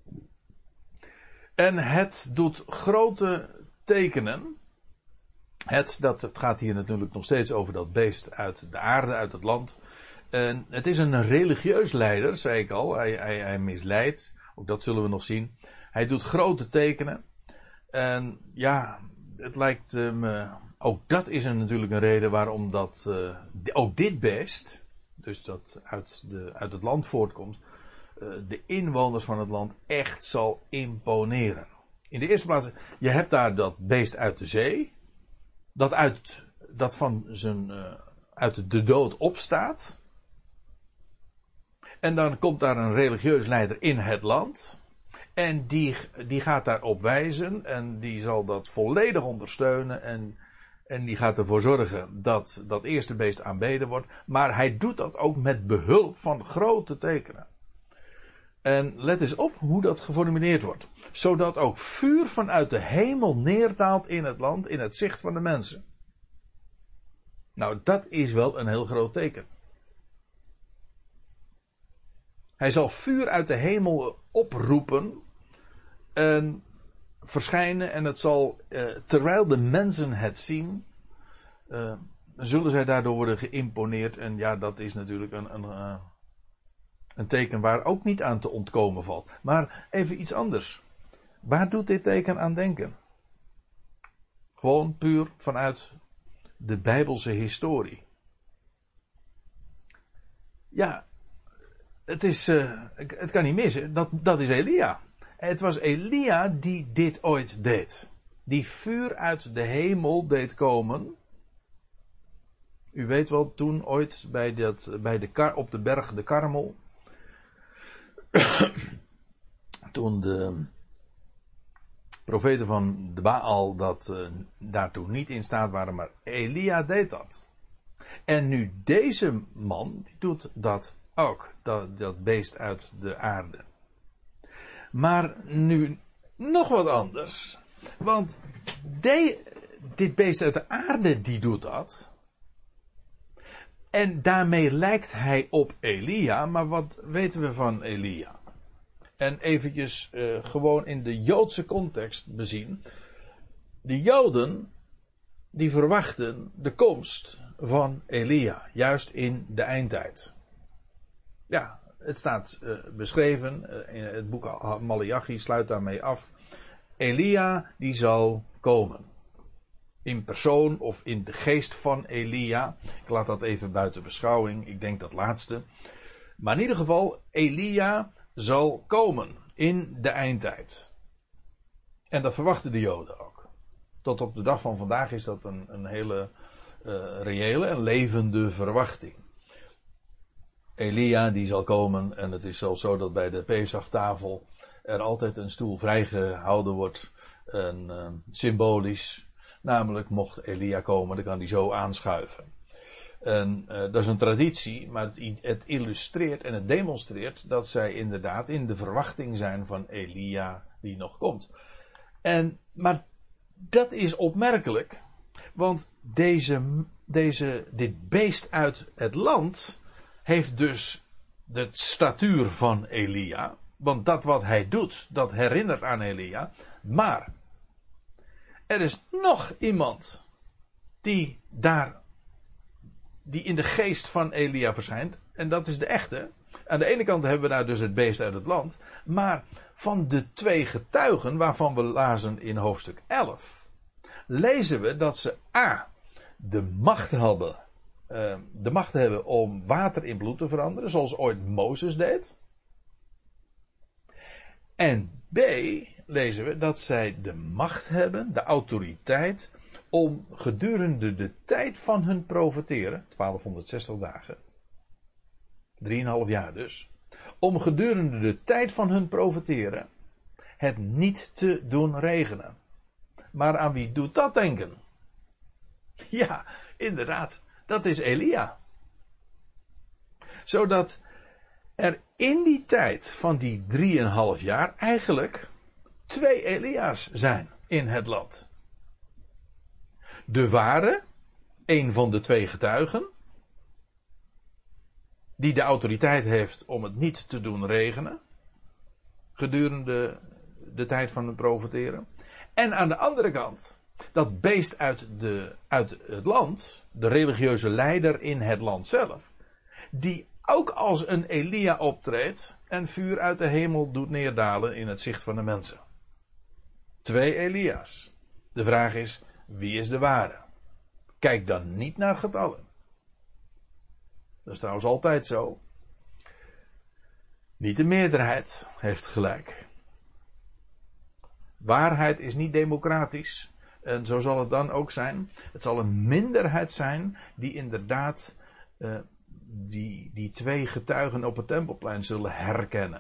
En het doet grote tekenen. Het, dat, het gaat hier natuurlijk nog steeds over dat beest uit de aarde, uit het land. En het is een religieus leider, zei ik al. Hij, hij, hij misleidt. Ook dat zullen we nog zien. Hij doet grote tekenen. En ja, het lijkt me... Ook dat is een, natuurlijk een reden waarom dat... Uh, ook dit beest, dus dat uit, de, uit het land voortkomt... Uh, de inwoners van het land echt zal imponeren. In de eerste plaats, je hebt daar dat beest uit de zee... Dat, uit, dat van zijn, uh, uit de dood opstaat. En dan komt daar een religieus leider in het land. En die, die gaat daarop wijzen. En die zal dat volledig ondersteunen. En, en die gaat ervoor zorgen dat dat eerste beest aanbeden wordt. Maar hij doet dat ook met behulp van grote tekenen. En let eens op hoe dat geformuleerd wordt. Zodat ook vuur vanuit de hemel neerdaalt in het land, in het zicht van de mensen. Nou, dat is wel een heel groot teken. Hij zal vuur uit de hemel oproepen en verschijnen en het zal, uh, terwijl de mensen het zien, uh, zullen zij daardoor worden geïmponeerd. En ja, dat is natuurlijk een... een uh, Een teken waar ook niet aan te ontkomen valt. Maar even iets anders. Waar doet dit teken aan denken? Gewoon puur vanuit de Bijbelse historie. Ja, het is, uh, het kan niet missen. Dat, dat is Elia. Het was Elia die dit ooit deed. Die vuur uit de hemel deed komen. U weet wel, toen ooit bij, dat, bij de kar, op de berg de Karmel. Toen de profeten van de Baal dat uh, daartoe niet in staat waren, maar Elia deed dat. En nu deze man, die doet dat ook, dat, dat beest uit de aarde. Maar nu nog wat anders. Want de, dit beest uit de aarde, die doet dat. En daarmee lijkt hij op Elia, maar wat weten we van Elia? En eventjes uh, gewoon in de Joodse context bezien. De Joden, die verwachten de komst van Elia, juist in de eindtijd. Ja, het staat uh, beschreven, uh, in het boek Maleachi sluit daarmee af. Elia, die zal komen. In persoon of in de geest van Elia. Ik laat dat even buiten beschouwing. Ik denk dat laatste. Maar in ieder geval, Elia zal komen in de eindtijd. En dat verwachten de Joden ook. Tot op de dag van vandaag is dat een, een hele uh, reële en levende verwachting. Elia die zal komen en het is zelfs zo dat bij de Pesach-tafel er altijd een stoel vrijgehouden wordt. En, uh, symbolisch. Namelijk, mocht Elia komen, dan kan hij zo aanschuiven. En uh, dat is een traditie, maar het, het illustreert en het demonstreert dat zij inderdaad in de verwachting zijn van Elia die nog komt. En, maar dat is opmerkelijk, want deze, deze, dit beest uit het land heeft dus de statuur van Elia. Want dat wat hij doet, dat herinnert aan Elia. Maar er is nog iemand die daar, die in de geest van Elia verschijnt. En dat is de echte. Aan de ene kant hebben we daar dus het beest uit het land. Maar van de twee getuigen waarvan we lazen in hoofdstuk elf. Lezen we dat ze A. de macht hadden. Uh, de macht hebben om water in bloed te veranderen. Zoals ooit Mozes deed. En B. lezen we dat zij de macht hebben. De autoriteit. Om gedurende de tijd van hun profeteren. twaalfhonderdzestig dagen. Drieënhalf jaar dus. Om gedurende de tijd van hun profeteren. Het niet te doen regenen. Maar aan wie doet dat denken? Ja, inderdaad. Dat is Elia. Zodat er in die tijd van die drieënhalf jaar eigenlijk twee Elia's zijn in het land. De ware, een van de twee getuigen, die de autoriteit heeft om het niet te doen regenen, gedurende de tijd van het profeteren. En aan de andere kant, dat beest uit, de, uit het land, de religieuze leider in het land zelf, die ook als een Elia optreedt en vuur uit de hemel doet neerdalen in het zicht van de mensen. Twee Elia's. De vraag is, wie is de ware? Kijk dan niet naar getallen. Dat is trouwens altijd zo. Niet de meerderheid heeft gelijk. Waarheid is niet democratisch. En zo zal het dan ook zijn. Het zal een minderheid zijn die inderdaad uh, die, die twee getuigen op het Tempelplein zullen herkennen.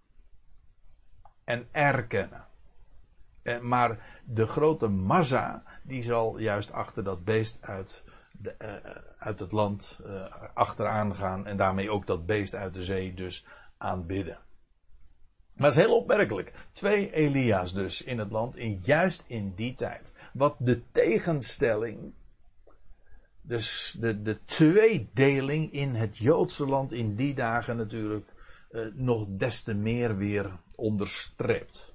En erkennen. Uh, maar de grote massa die zal juist achter dat beest uit, de, uh, uit het land uh, achteraan gaan. En daarmee ook dat beest uit de zee dus aanbidden. Maar het is heel opmerkelijk. Twee Elia's dus in het land, in, juist in die tijd. Wat de tegenstelling, dus de, de tweedeling in het Joodse land in die dagen natuurlijk eh, nog des te meer weer onderstreept.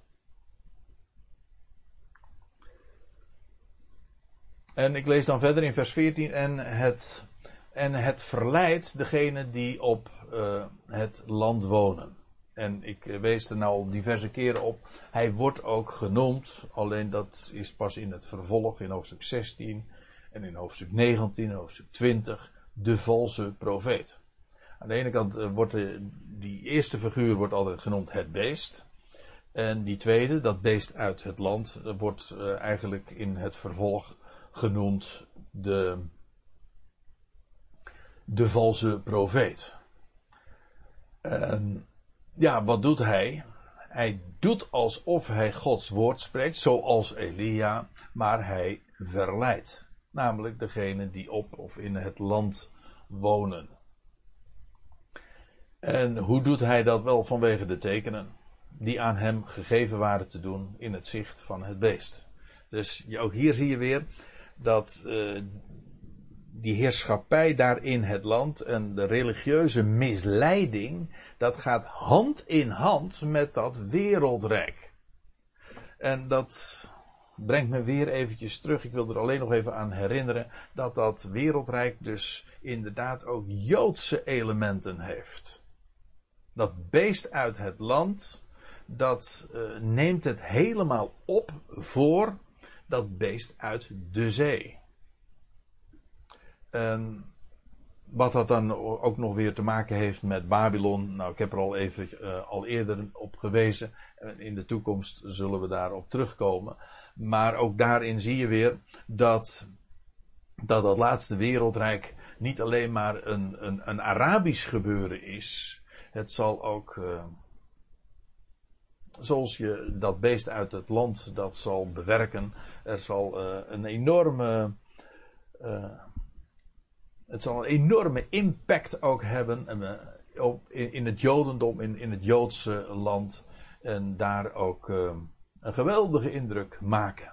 En ik lees dan verder in vers veertien. En het, en het verleidt degene die op uh, het land wonen. En ik wees er nou al diverse keren op. Hij wordt ook genoemd. Alleen dat is pas in het vervolg. In hoofdstuk zestien. En in hoofdstuk negentien. En hoofdstuk twintig. De valse profeet. Aan de ene kant wordt de, die eerste figuur wordt altijd genoemd het beest. En die tweede, dat beest uit het land, wordt uh, eigenlijk in het vervolg genoemd de, de valse profeet. En ja, wat doet hij? Hij doet alsof hij Gods woord spreekt, zoals Elia, maar hij verleidt. Namelijk degene die op of in het land wonen. En hoe doet hij dat? Wel vanwege de tekenen die aan hem gegeven waren te doen in het zicht van het beest. Dus ook hier zie je weer dat uh, die heerschappij daar in het land en de religieuze misleiding, dat gaat hand in hand met dat wereldrijk. En dat brengt me weer eventjes terug. Ik wil er alleen nog even aan herinneren dat dat wereldrijk dus inderdaad ook Joodse elementen heeft. Dat beest uit het land, dat uh, neemt het helemaal op voor dat beest uit de zee. En wat dat dan ook nog weer te maken heeft met Babylon. Nou, ik heb er al even uh, al eerder op gewezen. En in de toekomst zullen we daarop terugkomen. Maar ook daarin zie je weer dat dat, dat laatste wereldrijk niet alleen maar een, een, een Arabisch gebeuren is. Het zal ook, uh, zoals je dat beest uit het land dat zal bewerken. Er zal uh, een enorme... Uh, Het zal een enorme impact ook hebben in het Jodendom, in, in het Joodse land. En daar ook uh, een geweldige indruk maken.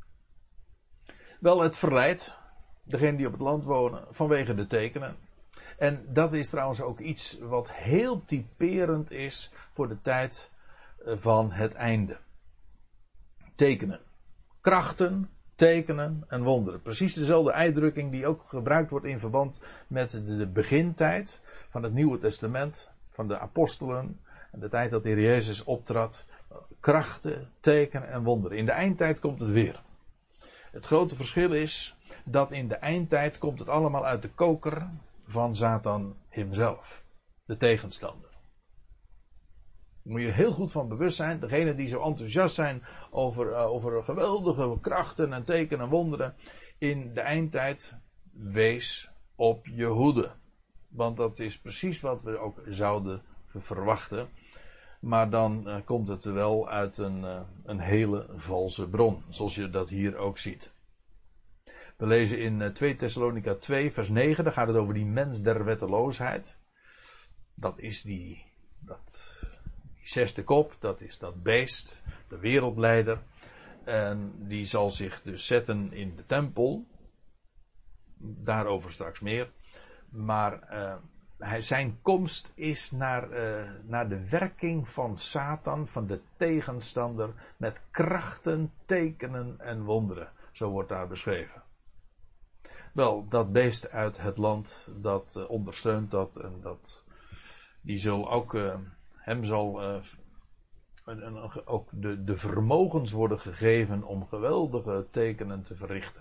Wel, het verleidt degenen die op het land wonen vanwege de tekenen. En dat is trouwens ook iets wat heel typerend is voor de tijd van het einde. Tekenen. Krachten, tekenen en wonderen. Precies dezelfde uitdrukking die ook gebruikt wordt in verband met de begintijd van het Nieuwe Testament, van de apostelen en de tijd dat de Heer Jezus optrad. Krachten, tekenen en wonderen. In de eindtijd komt het weer. Het grote verschil is dat in de eindtijd komt het allemaal uit de koker van Satan hemzelf. De tegenstander. Daar moet je heel goed van bewust zijn. Degenen die zo enthousiast zijn over, uh, over geweldige krachten en tekenen en wonderen. In de eindtijd, wees op je hoede. Want dat is precies wat we ook zouden verwachten. Maar dan uh, komt het wel uit een, uh, een hele valse bron. Zoals je dat hier ook ziet. We lezen in uh, twee Thessalonica twee vers negen. Daar gaat het over die mens der wetteloosheid. Dat is die, dat, die zesde kop. Dat is dat beest. De wereldleider. En die zal zich dus zetten in de tempel. Daarover straks meer. Maar uh, hij, zijn komst is naar, uh, naar de werking van Satan, van de tegenstander, met krachten, tekenen en wonderen. Zo wordt daar beschreven. Wel, dat beest uit het land, dat uh, ondersteunt dat en dat, die zal ook, uh, hem zal uh, een, een, ook de, de vermogens worden gegeven om geweldige tekenen te verrichten.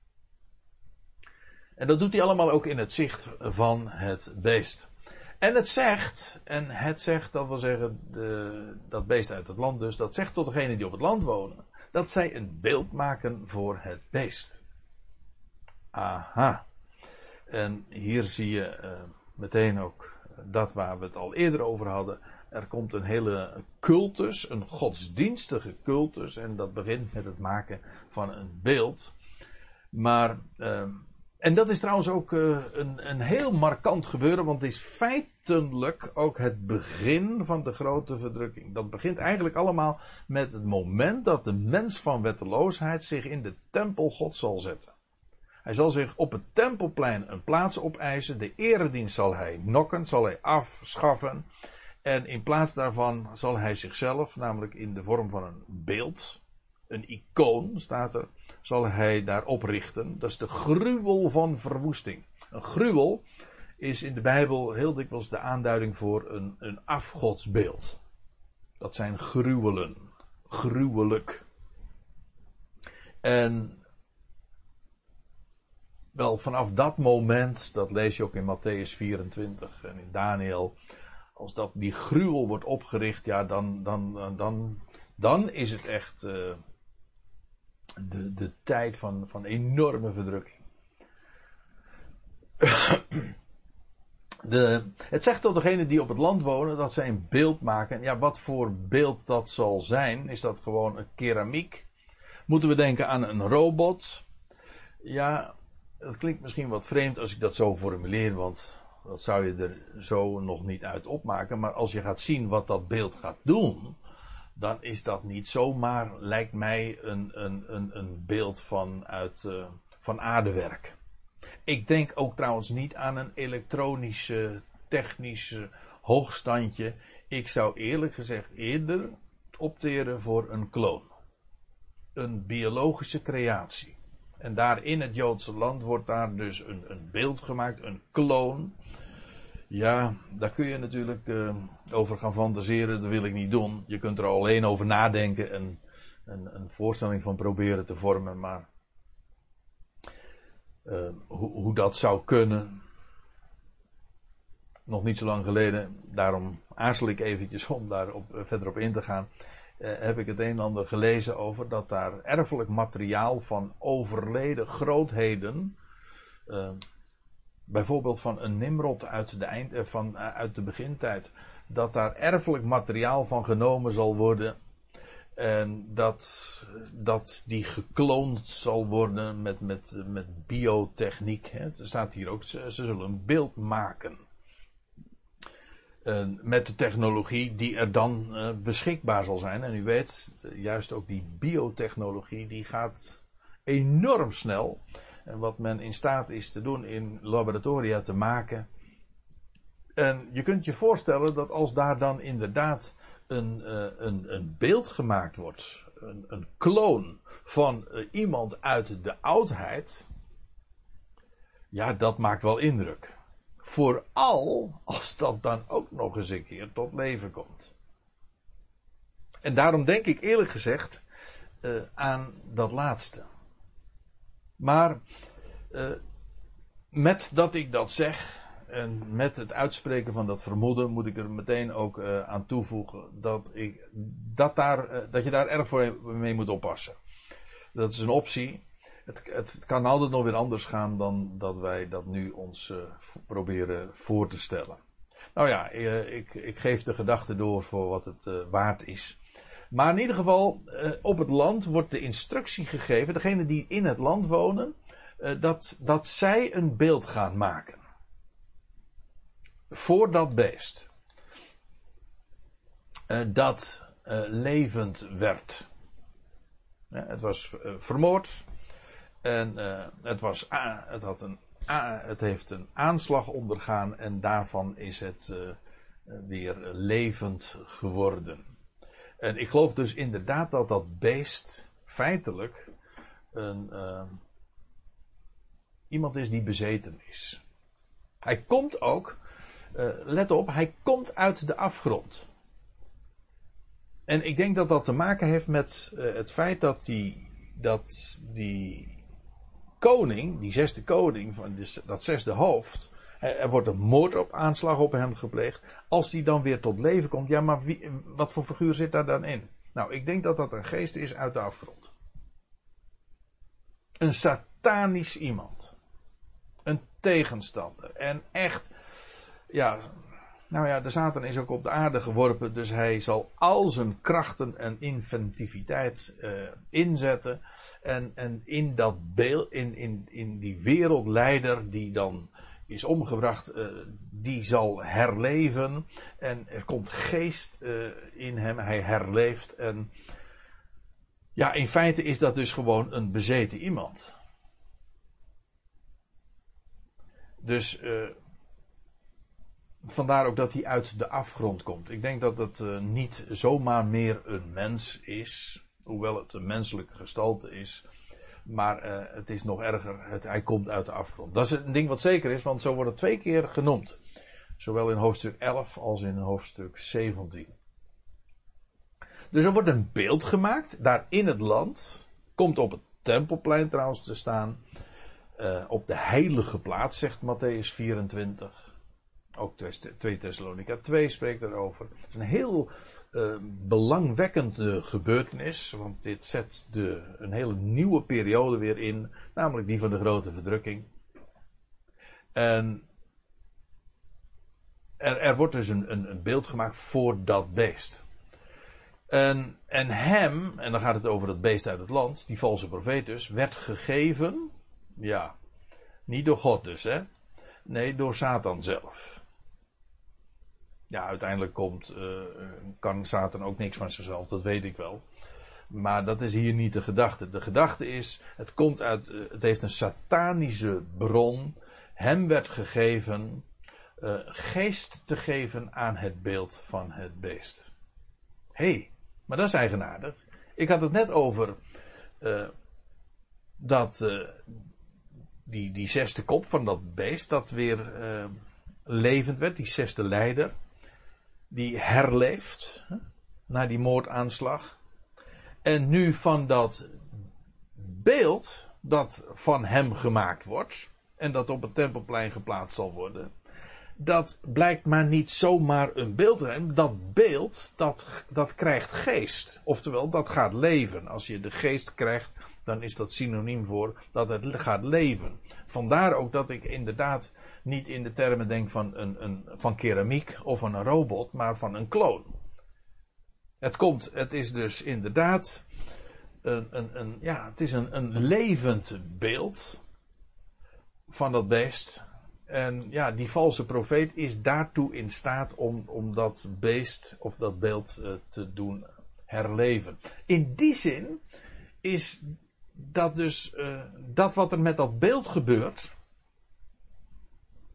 En dat doet hij allemaal ook in het zicht van het beest. En het zegt, en het zegt, dat wil zeggen, de, dat beest uit het land dus, dat zegt tot degenen die op het land wonen, dat zij een beeld maken voor het beest. Aha. En hier zie je uh, meteen ook dat waar we het al eerder over hadden. Er komt een hele cultus, een godsdienstige cultus, en dat begint met het maken van een beeld. Maar... Uh, En dat is trouwens ook uh, een, een heel markant gebeuren, want het is feitelijk ook het begin van de grote verdrukking. Dat begint eigenlijk allemaal met het moment dat de mens van wetteloosheid zich in de tempel God zal zetten. Hij zal zich op het tempelplein een plaats opeisen, de eredienst zal hij nokken, zal hij afschaffen. En in plaats daarvan zal hij zichzelf, namelijk in de vorm van een beeld, een icoon staat er, zal hij daar oprichten. Dat is de gruwel van verwoesting. Een gruwel is in de Bijbel heel dikwijls de aanduiding voor een, een afgodsbeeld. Dat zijn gruwelen. Gruwelijk. En wel vanaf dat moment, dat lees je ook in Matthäus vierentwintig en in Daniel, als dat die gruwel wordt opgericht, ja, dan, dan, dan, dan is het echt uh, de, de tijd van, van enorme verdrukking. De, het zegt tot degenen die op het land wonen dat zij een beeld maken. Ja, wat voor beeld dat zal zijn? Is dat gewoon een keramiek? Moeten we denken aan een robot? Ja, het klinkt misschien wat vreemd als ik dat zo formuleer, want dat zou je er zo nog niet uit opmaken. Maar als je gaat zien wat dat beeld gaat doen, dan is dat niet zomaar, lijkt mij, een, een, een, een beeld van, uit, uh, van aardewerk. Ik denk ook trouwens niet aan een elektronische, technische hoogstandje. Ik zou eerlijk gezegd eerder opteren voor een kloon. Een biologische creatie. En daar in het Joodse land wordt daar dus een, een beeld gemaakt, een kloon. Ja, daar kun je natuurlijk uh, over gaan fantaseren, dat wil ik niet doen. Je kunt er alleen over nadenken en een, een voorstelling van proberen te vormen, maar uh, hoe, hoe dat zou kunnen, nog niet zo lang geleden, daarom aarzel ik eventjes om daar op, uh, verder op in te gaan, uh, heb ik het een en ander gelezen over dat daar erfelijk materiaal van overleden grootheden, uh, bijvoorbeeld van een Nimrod uit de, eind, uh, van, uh, uit de begintijd, dat daar erfelijk materiaal van genomen zal worden en dat, dat die gekloond zal worden met, met, met biotechniek. Hè. Er staat hier ook, ze, ze zullen een beeld maken. Uh, met de technologie die er dan uh, beschikbaar zal zijn. En u weet, juist ook die biotechnologie, die gaat enorm snel. En wat men in staat is te doen in laboratoria te maken, En je kunt je voorstellen dat als daar dan inderdaad een, uh, een, een beeld gemaakt wordt, een, een kloon van uh, iemand uit de oudheid, ja, dat maakt wel indruk. Vooral als dat dan ook nog eens een keer tot leven komt. En daarom denk ik eerlijk gezegd uh, aan dat laatste. Maar uh, met dat ik dat zeg en met het uitspreken van dat vermoeden moet ik er meteen ook uh, aan toevoegen dat, ik, dat, daar, uh, dat je daar erg voor mee moet oppassen. Dat is een optie. Het, het, het kan altijd nog weer anders gaan dan dat wij dat nu ons uh, proberen voor te stellen. Nou ja, uh, ik, ik geef de gedachte door voor wat het uh, waard is. Maar in ieder geval, uh, op het land wordt de instructie gegeven, degenen die in het land wonen, uh, dat, dat zij een beeld gaan maken. Voor dat beest. Uh, dat uh, levend werd. Ja, het was uh, vermoord. En uh, het, was, uh, het, had een, uh, het heeft een aanslag ondergaan en daarvan is het uh, weer levend geworden. En ik geloof dus inderdaad dat dat beest feitelijk een, uh, iemand is die bezeten is. Hij komt ook, uh, let op, hij komt uit de afgrond. En ik denk dat dat te maken heeft met uh, het feit dat die, dat die koning, die zesde koning van dat zesde hoofd, er wordt een moordaanslag op hem gepleegd. Als die dan weer tot leven komt, ja, maar wie, wat voor figuur zit daar dan in? Nou, ik denk dat dat een geest is uit de afgrond. Een satanisch iemand. Een tegenstander. En echt, ja, nou ja, de Satan is ook op de aarde geworpen, dus hij zal al zijn krachten en inventiviteit uh, inzetten. En, en in dat beeld, in, in, in die wereldleider die dan is omgebracht, uh, die zal herleven. En er komt geest uh, in hem, hij herleeft. En ja, in feite is dat dus gewoon een bezeten iemand. Dus uh, vandaar ook dat hij uit de afgrond komt. Ik denk dat het uh, niet zomaar meer een mens is, hoewel het een menselijke gestalte is. Maar uh, het is nog erger, het, hij komt uit de afgrond. Dat is een ding wat zeker is, want zo wordt het twee keer genoemd. Zowel in hoofdstuk elf als in hoofdstuk zeventien. Dus er wordt een beeld gemaakt, daar in het land. Komt op het tempelplein trouwens te staan. Uh, op de heilige plaats, zegt Mattheüs vierentwintig. Ook twee Thessalonica twee spreekt daarover. Het is een heel uh, belangwekkende gebeurtenis. Want dit zet de, een hele nieuwe periode weer in. Namelijk die van de grote verdrukking. En er, er wordt dus een, een, een beeld gemaakt voor dat beest. En, en hem, en dan gaat het over dat beest uit het land. Die valse profeet dus, werd gegeven. Ja, niet door God dus, hè. Nee, door Satan zelf. Ja, uiteindelijk komt, uh, kan Satan ook niks van zichzelf, dat weet ik wel. Maar dat is hier niet de gedachte. De gedachte is, het komt uit, uh, het heeft een satanische bron. Hem werd gegeven, uh, geest te geven aan het beeld van het beest. Hé, hey, maar dat is eigenaardig. Ik had het net over, uh, dat, uh, die, die zesde kop van dat beest, dat weer uh, levend werd, die zesde leider. Die herleeft, hè, na die moordaanslag. En nu van dat beeld dat van hem gemaakt wordt. En dat op het tempelplein geplaatst zal worden. Dat blijkt maar niet zomaar een beeld te zijn. Dat beeld, dat, dat krijgt geest. Oftewel, dat gaat leven. Als je de geest krijgt, dan is dat synoniem voor dat het gaat leven. Vandaar ook dat ik inderdaad niet in de termen denk van, een, een, van keramiek of van een robot, maar van een kloon. Het komt, het is dus inderdaad een, een, een, ja, het is een, een levend beeld van dat beest. En ja, die valse profeet is daartoe in staat om, om dat beest of dat beeld uh, te doen herleven. In die zin is dat dus, uh, dat wat er met dat beeld gebeurt,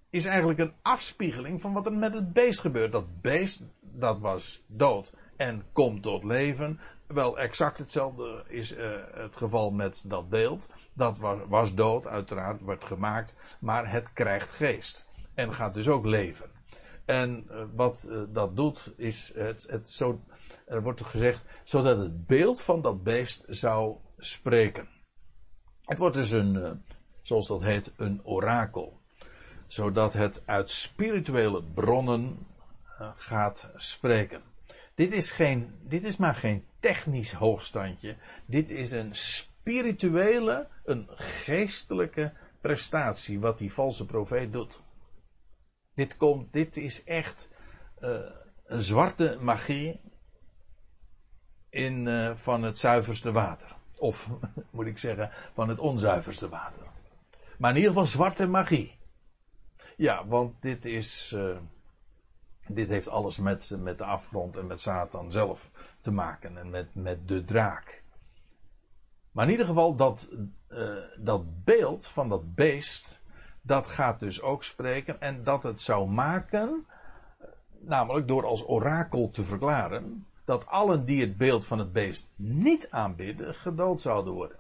is eigenlijk een afspiegeling van wat er met het beest gebeurt. Dat beest, dat was dood en komt tot leven. Wel, exact hetzelfde is uh, het geval met dat beeld. Dat was, was dood, uiteraard, wordt gemaakt, maar het krijgt geest. En gaat dus ook leven. En uh, wat uh, dat doet, is het, het zo, er wordt gezegd, zodat het beeld van dat beest zou spreken. Het wordt dus een, uh, zoals dat heet, een orakel. Zodat het uit spirituele bronnen uh, gaat spreken. Dit is geen, dit is maar geen technisch hoogstandje. Dit is een spirituele, een geestelijke prestatie wat die valse profeet doet. Dit komt, dit is echt uh, een zwarte magie in, uh, van het zuiverste water. Of moet ik zeggen, van het onzuiverste water. Maar in ieder geval zwarte magie. Ja, want dit is, uh, dit heeft alles met, met de afgrond en met Satan zelf te maken. En met, met de draak. Maar in ieder geval, dat, uh, dat beeld van dat beest, dat gaat dus ook spreken. En dat het zou maken, namelijk door als orakel te verklaren, dat allen die het beeld van het beest niet aanbidden, gedood zouden worden.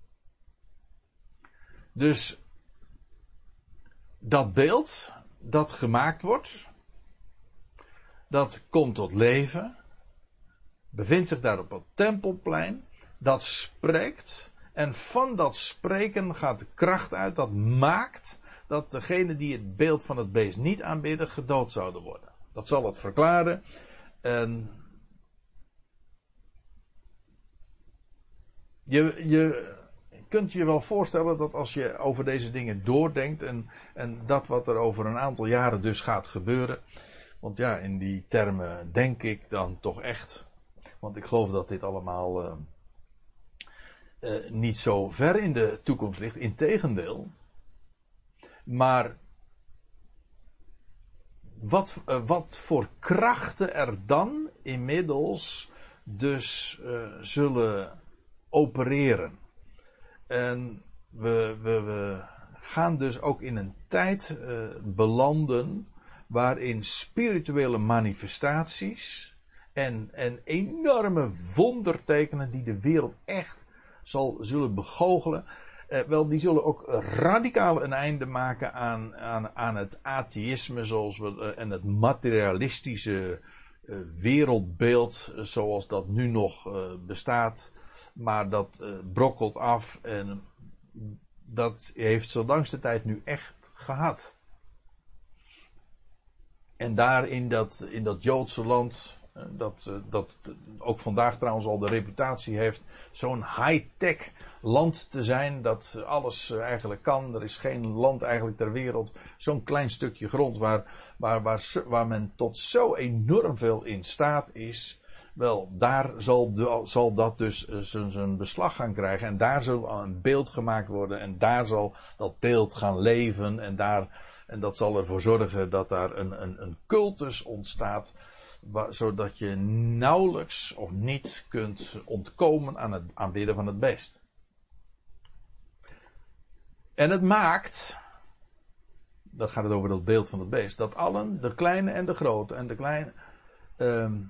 Dus dat beeld dat gemaakt wordt, dat komt tot leven, bevindt zich daar op het tempelplein, dat spreekt, en van dat spreken gaat de kracht uit, dat maakt dat degenen die het beeld van het beest niet aanbidden, gedood zouden worden. Dat zal het verklaren. En je, je kunt je wel voorstellen dat als je over deze dingen doordenkt en, en dat wat er over een aantal jaren dus gaat gebeuren. Want ja, in die termen denk ik dan toch echt. Want ik geloof dat dit allemaal uh, uh, niet zo ver in de toekomst ligt. Integendeel. Maar wat, uh, wat voor krachten er dan inmiddels dus uh, zullen opereren. En we, we, we gaan dus ook in een tijd uh, belanden waarin spirituele manifestaties en, en enorme wondertekenen die de wereld echt zal zullen begoochelen, eh, wel die zullen ook radicaal een einde maken aan, aan, aan het atheïsme zoals we, eh, en het materialistische eh, wereldbeeld eh, zoals dat nu nog eh, bestaat, maar dat eh, brokkelt af en dat heeft zo langste tijd nu echt gehad. En daar in dat, in dat Joodse land, dat, dat ook vandaag trouwens al de reputatie heeft, zo'n high-tech land te zijn, dat alles eigenlijk kan. Er is geen land eigenlijk ter wereld, zo'n klein stukje grond waar, waar, waar, waar men tot zo enorm veel in staat is. Wel, daar zal, de, zal dat dus zijn beslag gaan krijgen en daar zal een beeld gemaakt worden en daar zal dat beeld gaan leven en daar... En dat zal ervoor zorgen dat daar een, een, een cultus ontstaat, waar, zodat je nauwelijks of niet kunt ontkomen aan het aanbidden van het beest. En het maakt, dat gaat het over dat beeld van het beest, dat allen, de kleine en de grote en de kleine, um,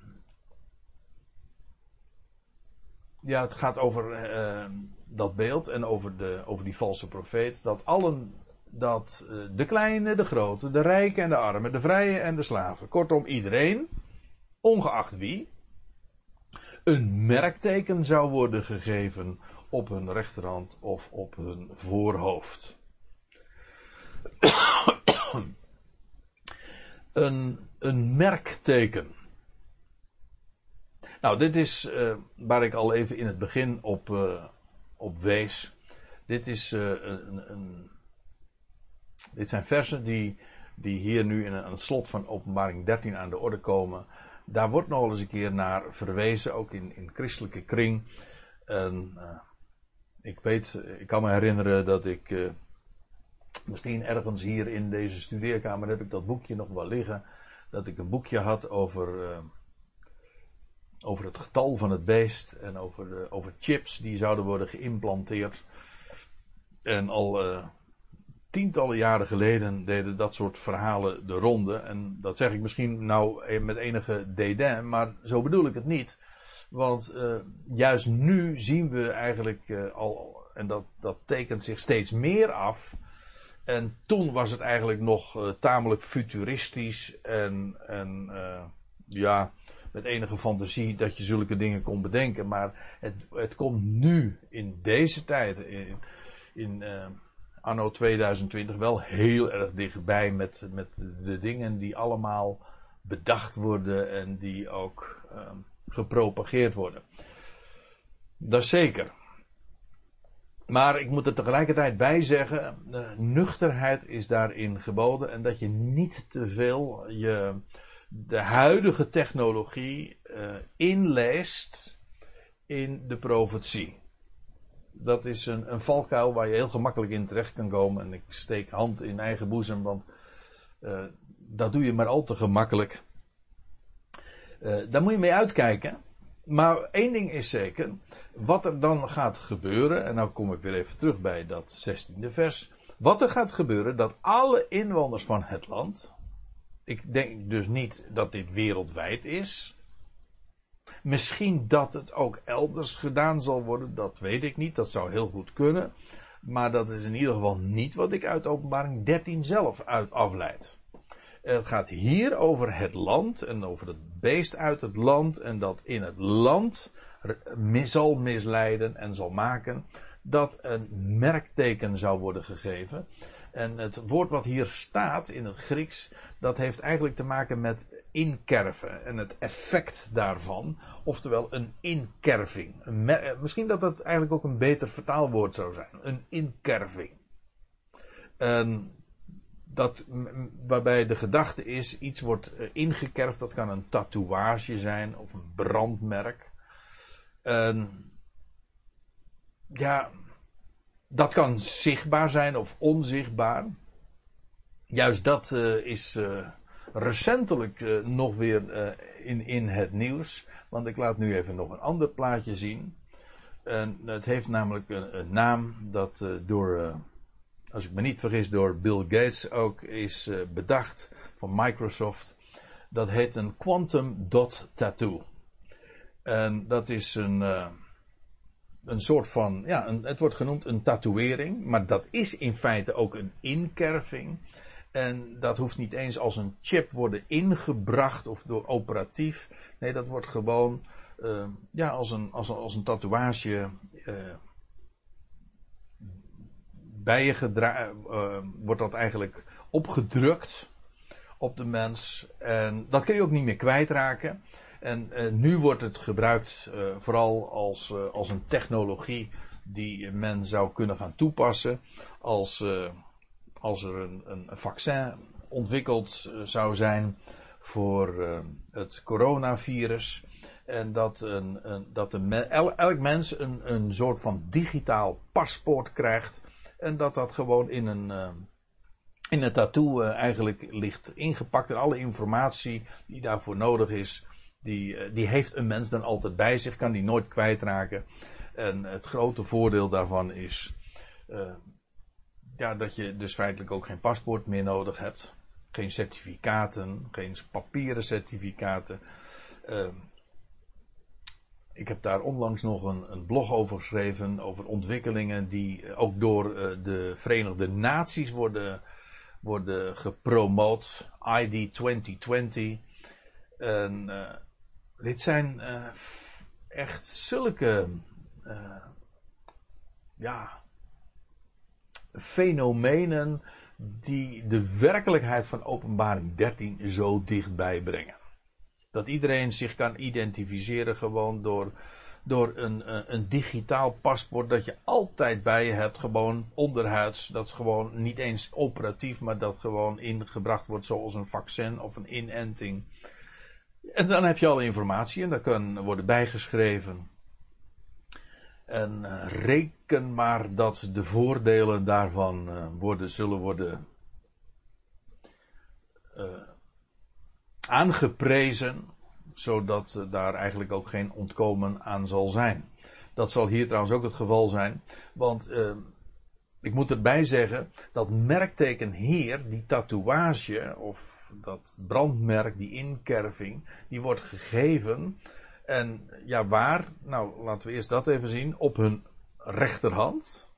ja, het gaat over uh, dat beeld en over, de, over die valse profeet, dat allen, dat uh, de kleine, de grote, de rijken en de armen, de vrije en de slaven, kortom iedereen, ongeacht wie, een merkteken zou worden gegeven op hun rechterhand of op hun voorhoofd. een, een merkteken. Nou, dit is uh, waar ik al even in het begin op, uh, op wees. Dit is uh, een, een Dit zijn versen die, die hier nu in aan het slot van Openbaring dertien aan de orde komen. Daar wordt nog eens een keer naar verwezen, ook in, in christelijke kring. En, uh, ik weet, ik kan me herinneren dat ik, uh, misschien ergens hier in deze studeerkamer heb ik dat boekje nog wel liggen. Dat ik een boekje had over, uh, over het getal van het beest en over, de, over chips die zouden worden geïmplanteerd. En al... Uh, tientallen jaren geleden deden dat soort verhalen de ronde. En dat zeg ik misschien nou met enige dédain, maar zo bedoel ik het niet. Want uh, juist nu zien we eigenlijk uh, al, en dat, dat tekent zich steeds meer af. En toen was het eigenlijk nog uh, tamelijk futuristisch en, en uh, ja, met enige fantasie dat je zulke dingen kon bedenken. Maar het, het komt nu, in deze tijd, in, in uh, anno tweeduizend twintig, wel heel erg dichtbij met, met de dingen die allemaal bedacht worden en die ook uh, gepropageerd worden. Dat is zeker. Maar ik moet er tegelijkertijd bij zeggen, uh, nuchterheid is daarin geboden en dat je niet te veel je, de huidige technologie uh, inleest in de profetie. Dat is een, een valkuil waar je heel gemakkelijk in terecht kan komen. En ik steek hand in eigen boezem, want uh, dat doe je maar al te gemakkelijk. Uh, daar moet je mee uitkijken. Maar één ding is zeker, wat er dan gaat gebeuren, en nou kom ik weer even terug bij dat zestiende vers. Wat er gaat gebeuren, dat alle inwoners van het land, ik denk dus niet dat dit wereldwijd is. Misschien dat het ook elders gedaan zal worden, dat weet ik niet, dat zou heel goed kunnen. Maar dat is in ieder geval niet wat ik uit Openbaring dertien zelf uit afleid. Het gaat hier over het land en over het beest uit het land en dat in het land zal misleiden en zal maken dat een merkteken zou worden gegeven. En het woord wat hier staat in het Grieks, dat heeft eigenlijk te maken met inkerven en het effect daarvan. Oftewel een inkerving. Een mer- Misschien dat dat eigenlijk ook een beter vertaalwoord zou zijn. Een inkerving. En dat, waarbij de gedachte is, iets wordt ingekerfd, dat kan een tatoeage zijn of een brandmerk. En ja, dat kan zichtbaar zijn of onzichtbaar. Juist dat uh, is uh, recentelijk uh, nog weer uh, in, in het nieuws. Want ik laat nu even nog een ander plaatje zien. En het heeft namelijk een, een naam dat uh, door, uh, als ik me niet vergis, door Bill Gates ook is uh, bedacht van Microsoft. Dat heet een Quantum Dot Tattoo. En dat is een... Uh, Een soort van, ja, een, het wordt genoemd een tatoeëring, maar dat is in feite ook een inkerving. En dat hoeft niet eens als een chip worden ingebracht of door operatief. Nee, dat wordt gewoon, uh, ja, als een, als een, als een tatoeage uh, bij je gedra- uh, wordt dat eigenlijk opgedrukt op de mens. En dat kun je ook niet meer kwijtraken. En uh, nu wordt het gebruikt uh, vooral als, uh, als een technologie die men zou kunnen gaan toepassen. Als, uh, als er een, een vaccin ontwikkeld uh, zou zijn voor uh, het coronavirus. En dat, een, een, dat een, el, elk mens een, een soort van digitaal paspoort krijgt. En dat dat gewoon in een... Uh, in een tattoo uh, eigenlijk ligt ingepakt. En alle informatie die daarvoor nodig is... Die, die heeft een mens dan altijd bij zich, kan die nooit kwijtraken. En het grote voordeel daarvan is uh, ja, dat je dus feitelijk ook geen paspoort meer nodig hebt. Geen certificaten, geen papieren certificaten. Uh, ik heb daar onlangs nog een, een blog over geschreven, over ontwikkelingen die ook door uh, de Verenigde Naties worden, worden gepromoot. I D twintig twintig. En... Uh, Dit zijn uh, f- echt zulke uh, ja, fenomenen die de werkelijkheid van Openbaring dertien zo dichtbij brengen. Dat iedereen zich kan identificeren gewoon door, door een, uh, een digitaal paspoort dat je altijd bij je hebt, gewoon onderhuids. Dat is gewoon niet eens operatief, maar dat gewoon ingebracht wordt zoals een vaccin of een inenting. En dan heb je alle informatie en dat kan worden bijgeschreven. En uh, reken maar dat de voordelen daarvan uh, worden, zullen worden uh, aangeprezen, zodat uh, daar eigenlijk ook geen ontkomen aan zal zijn. Dat zal hier trouwens ook het geval zijn, want uh, ik moet erbij zeggen, dat merkteken hier, die tatoeage of dat brandmerk, die inkerving, die wordt gegeven. En ja, waar? Nou, laten we eerst dat even zien. Op hun rechterhand.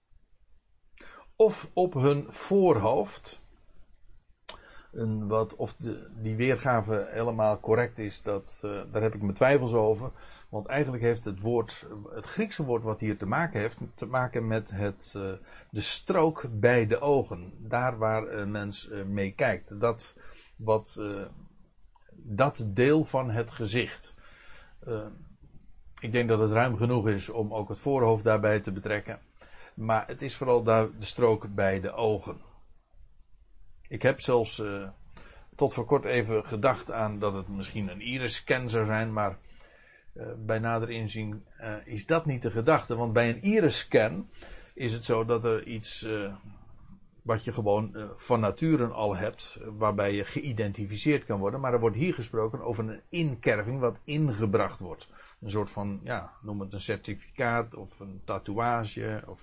Of op hun voorhoofd. En wat, of de, die weergave helemaal correct is, dat, uh, daar heb ik mijn twijfels over. Want eigenlijk heeft het woord, het Griekse woord wat hier te maken heeft, te maken met het, uh, de strook bij de ogen. Daar waar een mens uh, mee kijkt. Dat, wat, uh, dat deel van het gezicht. Uh, ik denk dat het ruim genoeg is om ook het voorhoofd daarbij te betrekken. Maar het is vooral daar de strook bij de ogen. Ik heb zelfs uh, tot voor kort even gedacht aan dat het misschien een iris-scan zou zijn, maar uh, bij nader inzien uh, is dat niet de gedachte. Want bij een iris-scan is het zo dat er iets uh, wat je gewoon uh, van nature al hebt, uh, waarbij je geïdentificeerd kan worden. Maar er wordt hier gesproken over een inkerving wat ingebracht wordt. Een soort van, ja, noem het een certificaat of een tatoeage of...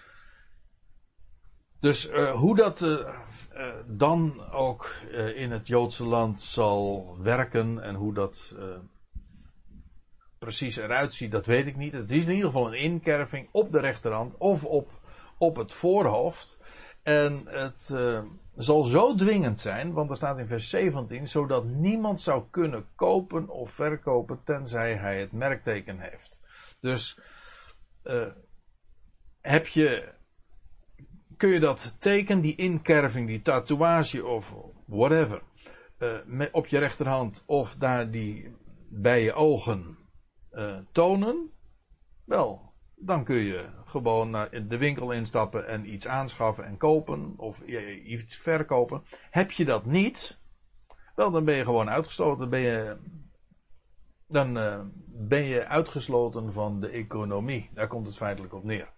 Dus uh, hoe dat uh, uh, dan ook uh, in het Joodse land zal werken en hoe dat uh, precies eruit ziet, dat weet ik niet. Het is in ieder geval een inkerving op de rechterhand of op, op het voorhoofd. En het uh, zal zo dwingend zijn, want er staat in vers zeventien, zodat niemand zou kunnen kopen of verkopen tenzij hij het merkteken heeft. Dus uh, heb je... kun je dat teken, die inkerving, die tatoeage of whatever, uh, met, op je rechterhand of daar die bij je ogen uh, tonen? Wel, dan kun je gewoon naar de winkel instappen en iets aanschaffen en kopen of iets verkopen. Heb je dat niet? Wel, dan ben je gewoon uitgesloten. Ben je, dan uh, ben je uitgesloten van de economie. Daar komt het feitelijk op neer.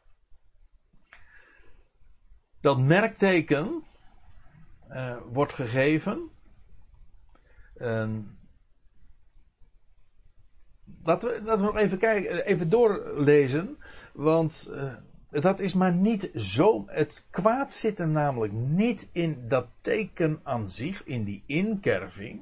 Dat merkteken uh, wordt gegeven. Uh, laten, we, laten we nog even kijken, even doorlezen. Want uh, dat is maar niet zo. Het kwaad zit er namelijk niet in dat teken aan zich, in die inkerving.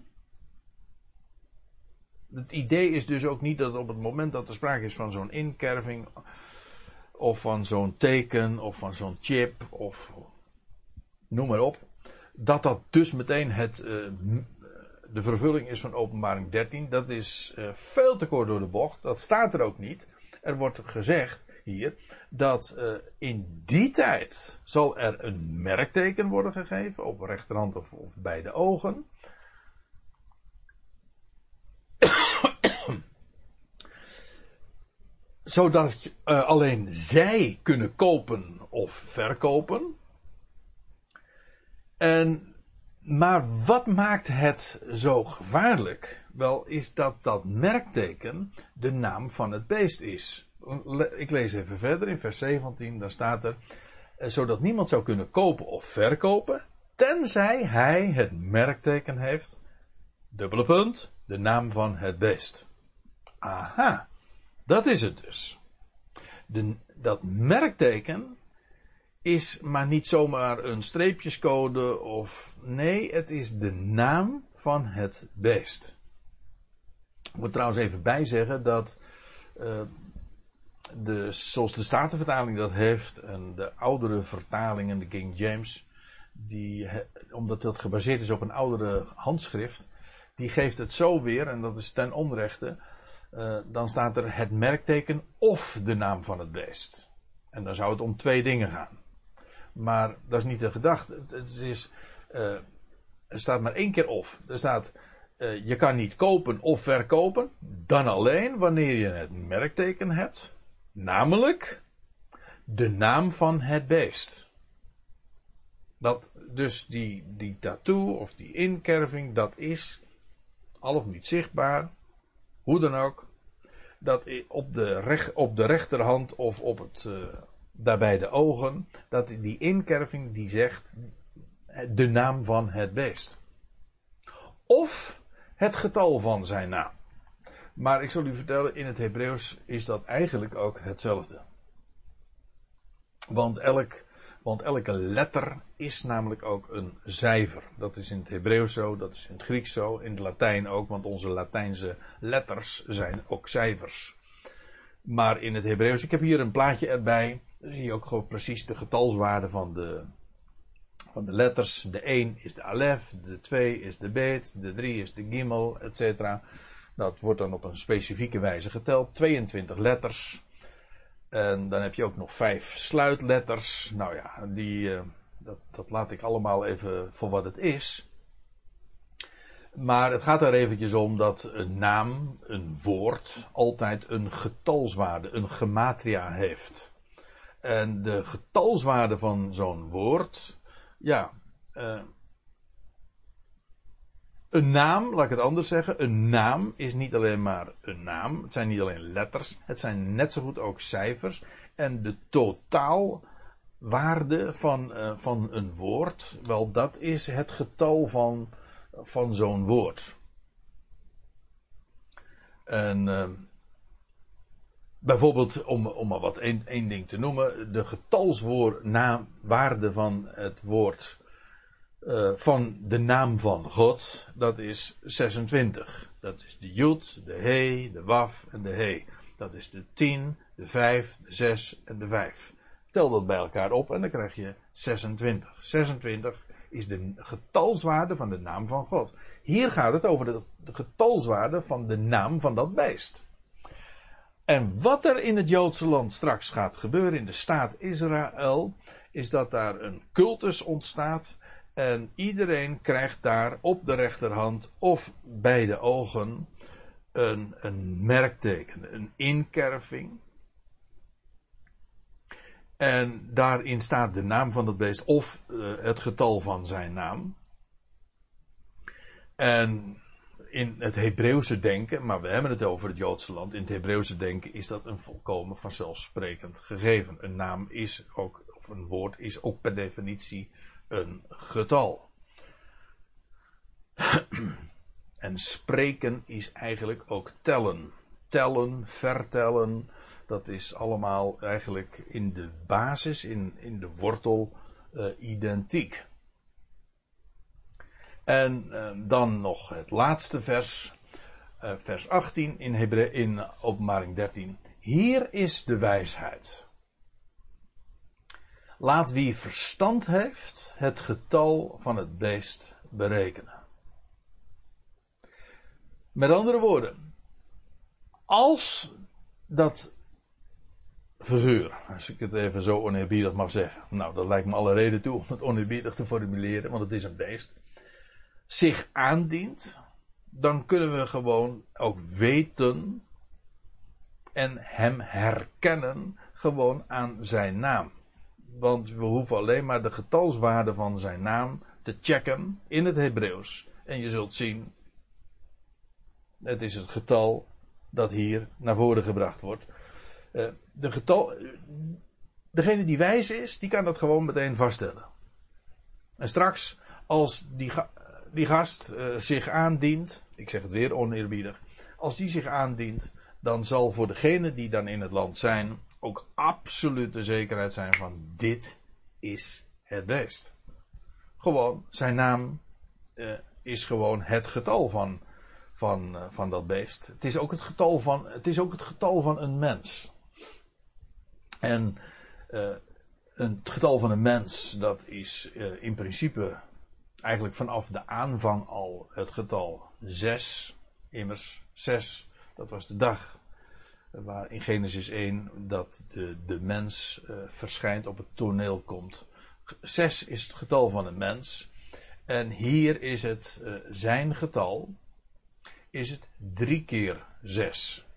Het idee is dus ook niet dat op het moment dat er sprake is van zo'n inkerving, of van zo'n teken, of van zo'n chip, of noem maar op, dat dat dus meteen het, uh, de vervulling is van Openbaring dertien. Dat is uh, veel te kort door de bocht. Dat staat er ook niet. Er wordt gezegd hier dat uh, in die tijd zal er een merkteken worden gegeven op rechterhand of, of bij de ogen. Zodat uh, alleen zij kunnen kopen of verkopen. En, maar wat maakt het zo gevaarlijk? Wel, is dat dat merkteken de naam van het beest is. Ik lees even verder in vers zeventien, daar staat er, uh, zodat niemand zou kunnen kopen of verkopen, tenzij hij het merkteken heeft, dubbele punt, de naam van het beest. Aha. Dat is het dus. De, dat merkteken is maar niet zomaar een streepjescode of... Nee, het is de naam van het beest. Ik moet trouwens even bijzeggen dat... Uh, de, zoals de Statenvertaling dat heeft en de oudere vertalingen, de King James, die, omdat dat gebaseerd is op een oudere handschrift, die geeft het zo weer, en dat is ten onrechte... Uh, dan staat er het merkteken of de naam van het beest. En dan zou het om twee dingen gaan. Maar dat is niet de gedachte. Het is, uh, er staat maar één keer of. Er staat, uh, je kan niet kopen of verkopen. Dan alleen wanneer je het merkteken hebt. Namelijk de naam van het beest. Dat, dus die, die tattoo of die inkerving, dat is al of niet zichtbaar. Hoe dan ook, dat op de, recht, op de rechterhand of op het, uh, daarbij de ogen, dat die inkerving die zegt de naam van het beest. Of het getal van zijn naam. Maar ik zal u vertellen, in het Hebreeuws is dat eigenlijk ook hetzelfde. Want elk Want elke letter is namelijk ook een cijfer. Dat is in het Hebreeuws zo, dat is in het Grieks zo, in het Latijn ook, want onze Latijnse letters zijn ook cijfers. Maar in het Hebreeuws, ik heb hier een plaatje erbij, dan zie je ook gewoon precies de getalswaarde van de, van de letters. De één is de alef, de twee is de bet, de drie is de gimel, et cetera. Dat wordt dan op een specifieke wijze geteld, tweeëntwintig letters. En dan heb je ook nog vijf sluitletters. Nou ja, die, uh, dat, dat laat ik allemaal even voor wat het is. Maar het gaat er eventjes om dat een naam, een woord, altijd een getalswaarde, een gematria heeft. En de getalswaarde van zo'n woord, ja, uh, een naam, laat ik het anders zeggen, een naam is niet alleen maar een naam, het zijn niet alleen letters, het zijn net zo goed ook cijfers. En de totaalwaarde van, uh, van een woord, wel dat is het getal van, van zo'n woord. En uh, bijvoorbeeld, om, om maar wat één, één ding te noemen, de getalswaarde van het woord Uh, van de naam van God, dat is zesentwintig. Dat is de Jud, de He, de Waf en de He. Dat is de tien, de vijf, de zes en de vijf. Tel dat bij elkaar op en dan krijg je zesentwintig. zesentwintig is de getalswaarde van de naam van God. Hier gaat het over de, de getalswaarde van de naam van dat beest. En wat er in het Joodse land straks gaat gebeuren, in de staat Israël, is dat daar een cultus ontstaat. En iedereen krijgt daar op de rechterhand of bij de ogen een, een merkteken, een inkerving. En daarin staat de naam van het beest of uh, het getal van zijn naam. En in het Hebreeuwse denken, maar we hebben het over het Joodse land, in het Hebreeuwse denken is dat een volkomen vanzelfsprekend gegeven. Een naam is ook, of een woord is ook per definitie een getal. En spreken is eigenlijk ook tellen. Tellen, vertellen, dat is allemaal eigenlijk in de basis, in, in de wortel, uh, identiek. En uh, dan nog het laatste vers, uh, vers achttien in, Hebre- in Openbaring dertien. Hier is de wijsheid. Laat wie verstand heeft het getal van het beest berekenen. Met andere woorden, als dat figuur, als ik het even zo oneerbiedig mag zeggen, nou dat lijkt me alle reden toe om het oneerbiedig te formuleren, want het is een beest, zich aandient, dan kunnen we gewoon ook weten en hem herkennen gewoon aan zijn naam. Want we hoeven alleen maar de getalswaarde van zijn naam te checken in het Hebreeuws. En je zult zien, het is het getal dat hier naar voren gebracht wordt. Uh, de getal, degene die wijs is, die kan dat gewoon meteen vaststellen. En straks, als die, ga, die gast uh, zich aandient, ik zeg het weer oneerbiedig, als die zich aandient, dan zal voor degene die dan in het land zijn ook absolute zekerheid zijn van dit is het beest. Gewoon, zijn naam uh, is gewoon het getal van, van, uh, van dat beest. Het is ook het getal van, het is ook het getal van een mens. En uh, een, het getal van een mens, dat is uh, in principe eigenlijk vanaf de aanvang al het getal zes. Immers zes, dat was de dag waar in Genesis één dat de, de mens uh, verschijnt, op het toneel komt. Zes is het getal van een mens. En hier is het, uh, zijn getal, is het drie keer zes.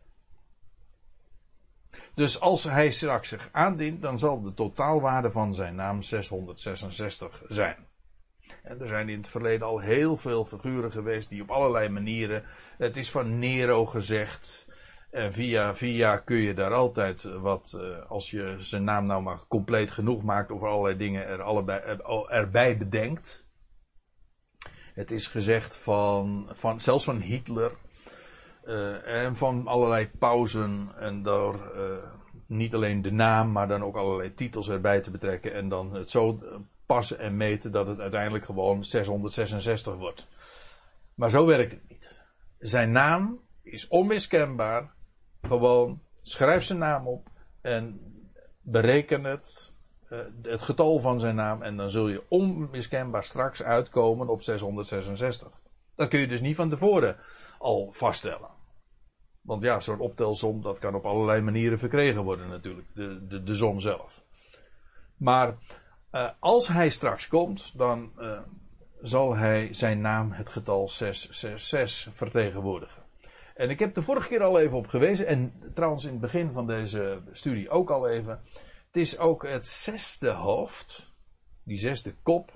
Dus als hij straks zich aandient, dan zal de totaalwaarde van zijn naam zeshonderdzesenzestig zijn. En er zijn in het verleden al heel veel figuren geweest die op allerlei manieren, het is van Nero gezegd, en via via kun je daar altijd wat, uh, als je zijn naam nou maar compleet genoeg maakt of allerlei dingen er allebei, er, erbij bedenkt. Het is gezegd van, van zelfs van Hitler uh, en van allerlei pausen en door uh, niet alleen de naam, maar dan ook allerlei titels erbij te betrekken. En dan het zo passen en meten dat het uiteindelijk gewoon zeshonderdzesenzestig wordt. Maar zo werkt het niet. Zijn naam is onmiskenbaar. Gewoon schrijf zijn naam op en bereken het. Uh, het getal van zijn naam. En dan zul je onmiskenbaar straks uitkomen op zeshonderdzesenzestig. Dat kun je dus niet van tevoren al vaststellen. Want ja, zo'n optelsom, dat kan op allerlei manieren verkregen worden natuurlijk. De, de, de som zelf. Maar uh, als hij straks komt, dan uh, zal hij zijn naam, het getal zeshonderdzesenzestig, vertegenwoordigen. En ik heb de vorige keer al even op gewezen. En trouwens in het begin van deze studie ook al even. Het is ook het zesde hoofd, die zesde kop,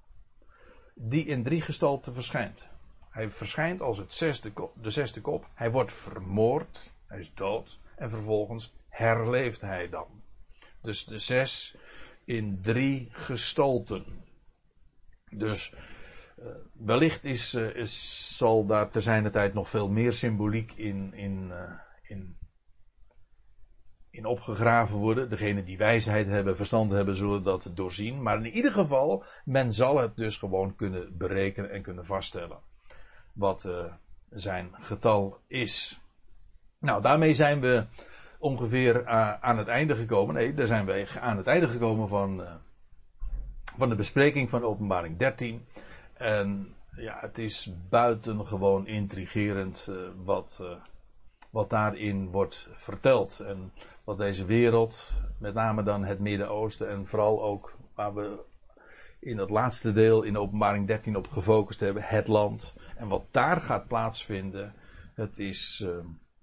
die in drie gestalten verschijnt. Hij verschijnt als het zesde kop, de zesde kop. Hij wordt vermoord. Hij is dood. En vervolgens herleeft hij dan. Dus de zes in drie gestalten. Dus uh, wellicht is, uh, is, zal daar te zijner tijd nog veel meer symboliek in, in, uh, in, in opgegraven worden. Degenen die wijsheid hebben, verstand hebben, zullen dat doorzien. Maar in ieder geval, men zal het dus gewoon kunnen berekenen en kunnen vaststellen. Wat uh, zijn getal is. Nou, daarmee zijn we ongeveer uh, aan het einde gekomen. Nee, daar zijn we aan het einde gekomen van, uh, van de bespreking van Openbaring dertien. En ja, het is buitengewoon intrigerend uh, wat, uh, wat daarin wordt verteld. En wat deze wereld, met name dan het Midden-Oosten en vooral ook waar we in het laatste deel in Openbaring dertien op gefocust hebben, het land. En wat daar gaat plaatsvinden, het is, uh,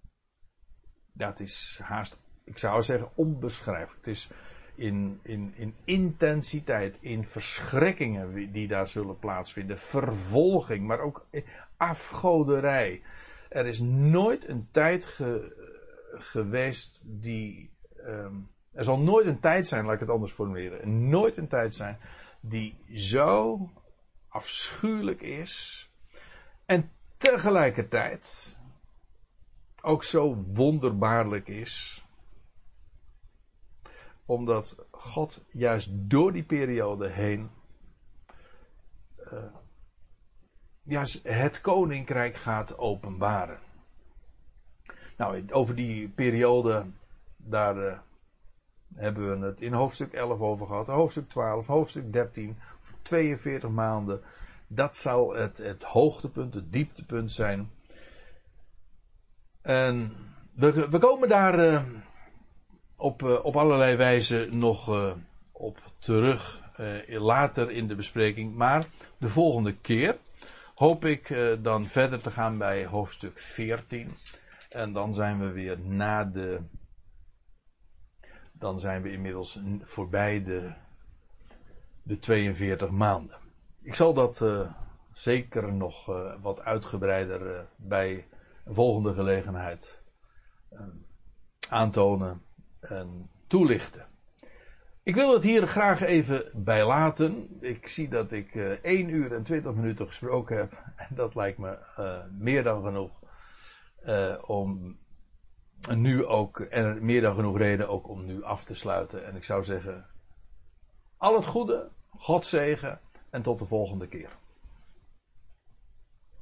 ja, het is haast, ik zou zeggen, onbeschrijfelijk. Het is in, in, in intensiteit, in verschrikkingen die daar zullen plaatsvinden, vervolging, maar ook afgoderij. Er is nooit een tijd ge, geweest die, um, er zal nooit een tijd zijn, laat ik het anders formuleren, nooit een tijd zijn die zo afschuwelijk is en tegelijkertijd ook zo wonderbaarlijk is, omdat God juist door die periode heen uh, juist het koninkrijk gaat openbaren. Nou, over die periode, daar uh, hebben we het in hoofdstuk elf over gehad, hoofdstuk twaalf, hoofdstuk dertien, voor tweeënveertig maanden. Dat zal het, het hoogtepunt, het dieptepunt zijn. En we, we komen daar uh, op, uh, op allerlei wijzen nog uh, op terug uh, later in de bespreking. Maar de volgende keer hoop ik uh, dan verder te gaan bij hoofdstuk veertien. En dan zijn we weer na de... Dan zijn we inmiddels voorbij de, de tweeënveertig maanden. Ik zal dat uh, zeker nog uh, wat uitgebreider uh, bij een volgende gelegenheid uh, aantonen en toelichten. Ik wil het hier graag even bij laten. Ik zie dat ik uh, één uur en twintig minuten gesproken heb. En dat lijkt me uh, meer dan genoeg uh, om nu ook, en meer dan genoeg reden ook om nu af te sluiten. En ik zou zeggen, al het goede, God zegen en tot de volgende keer.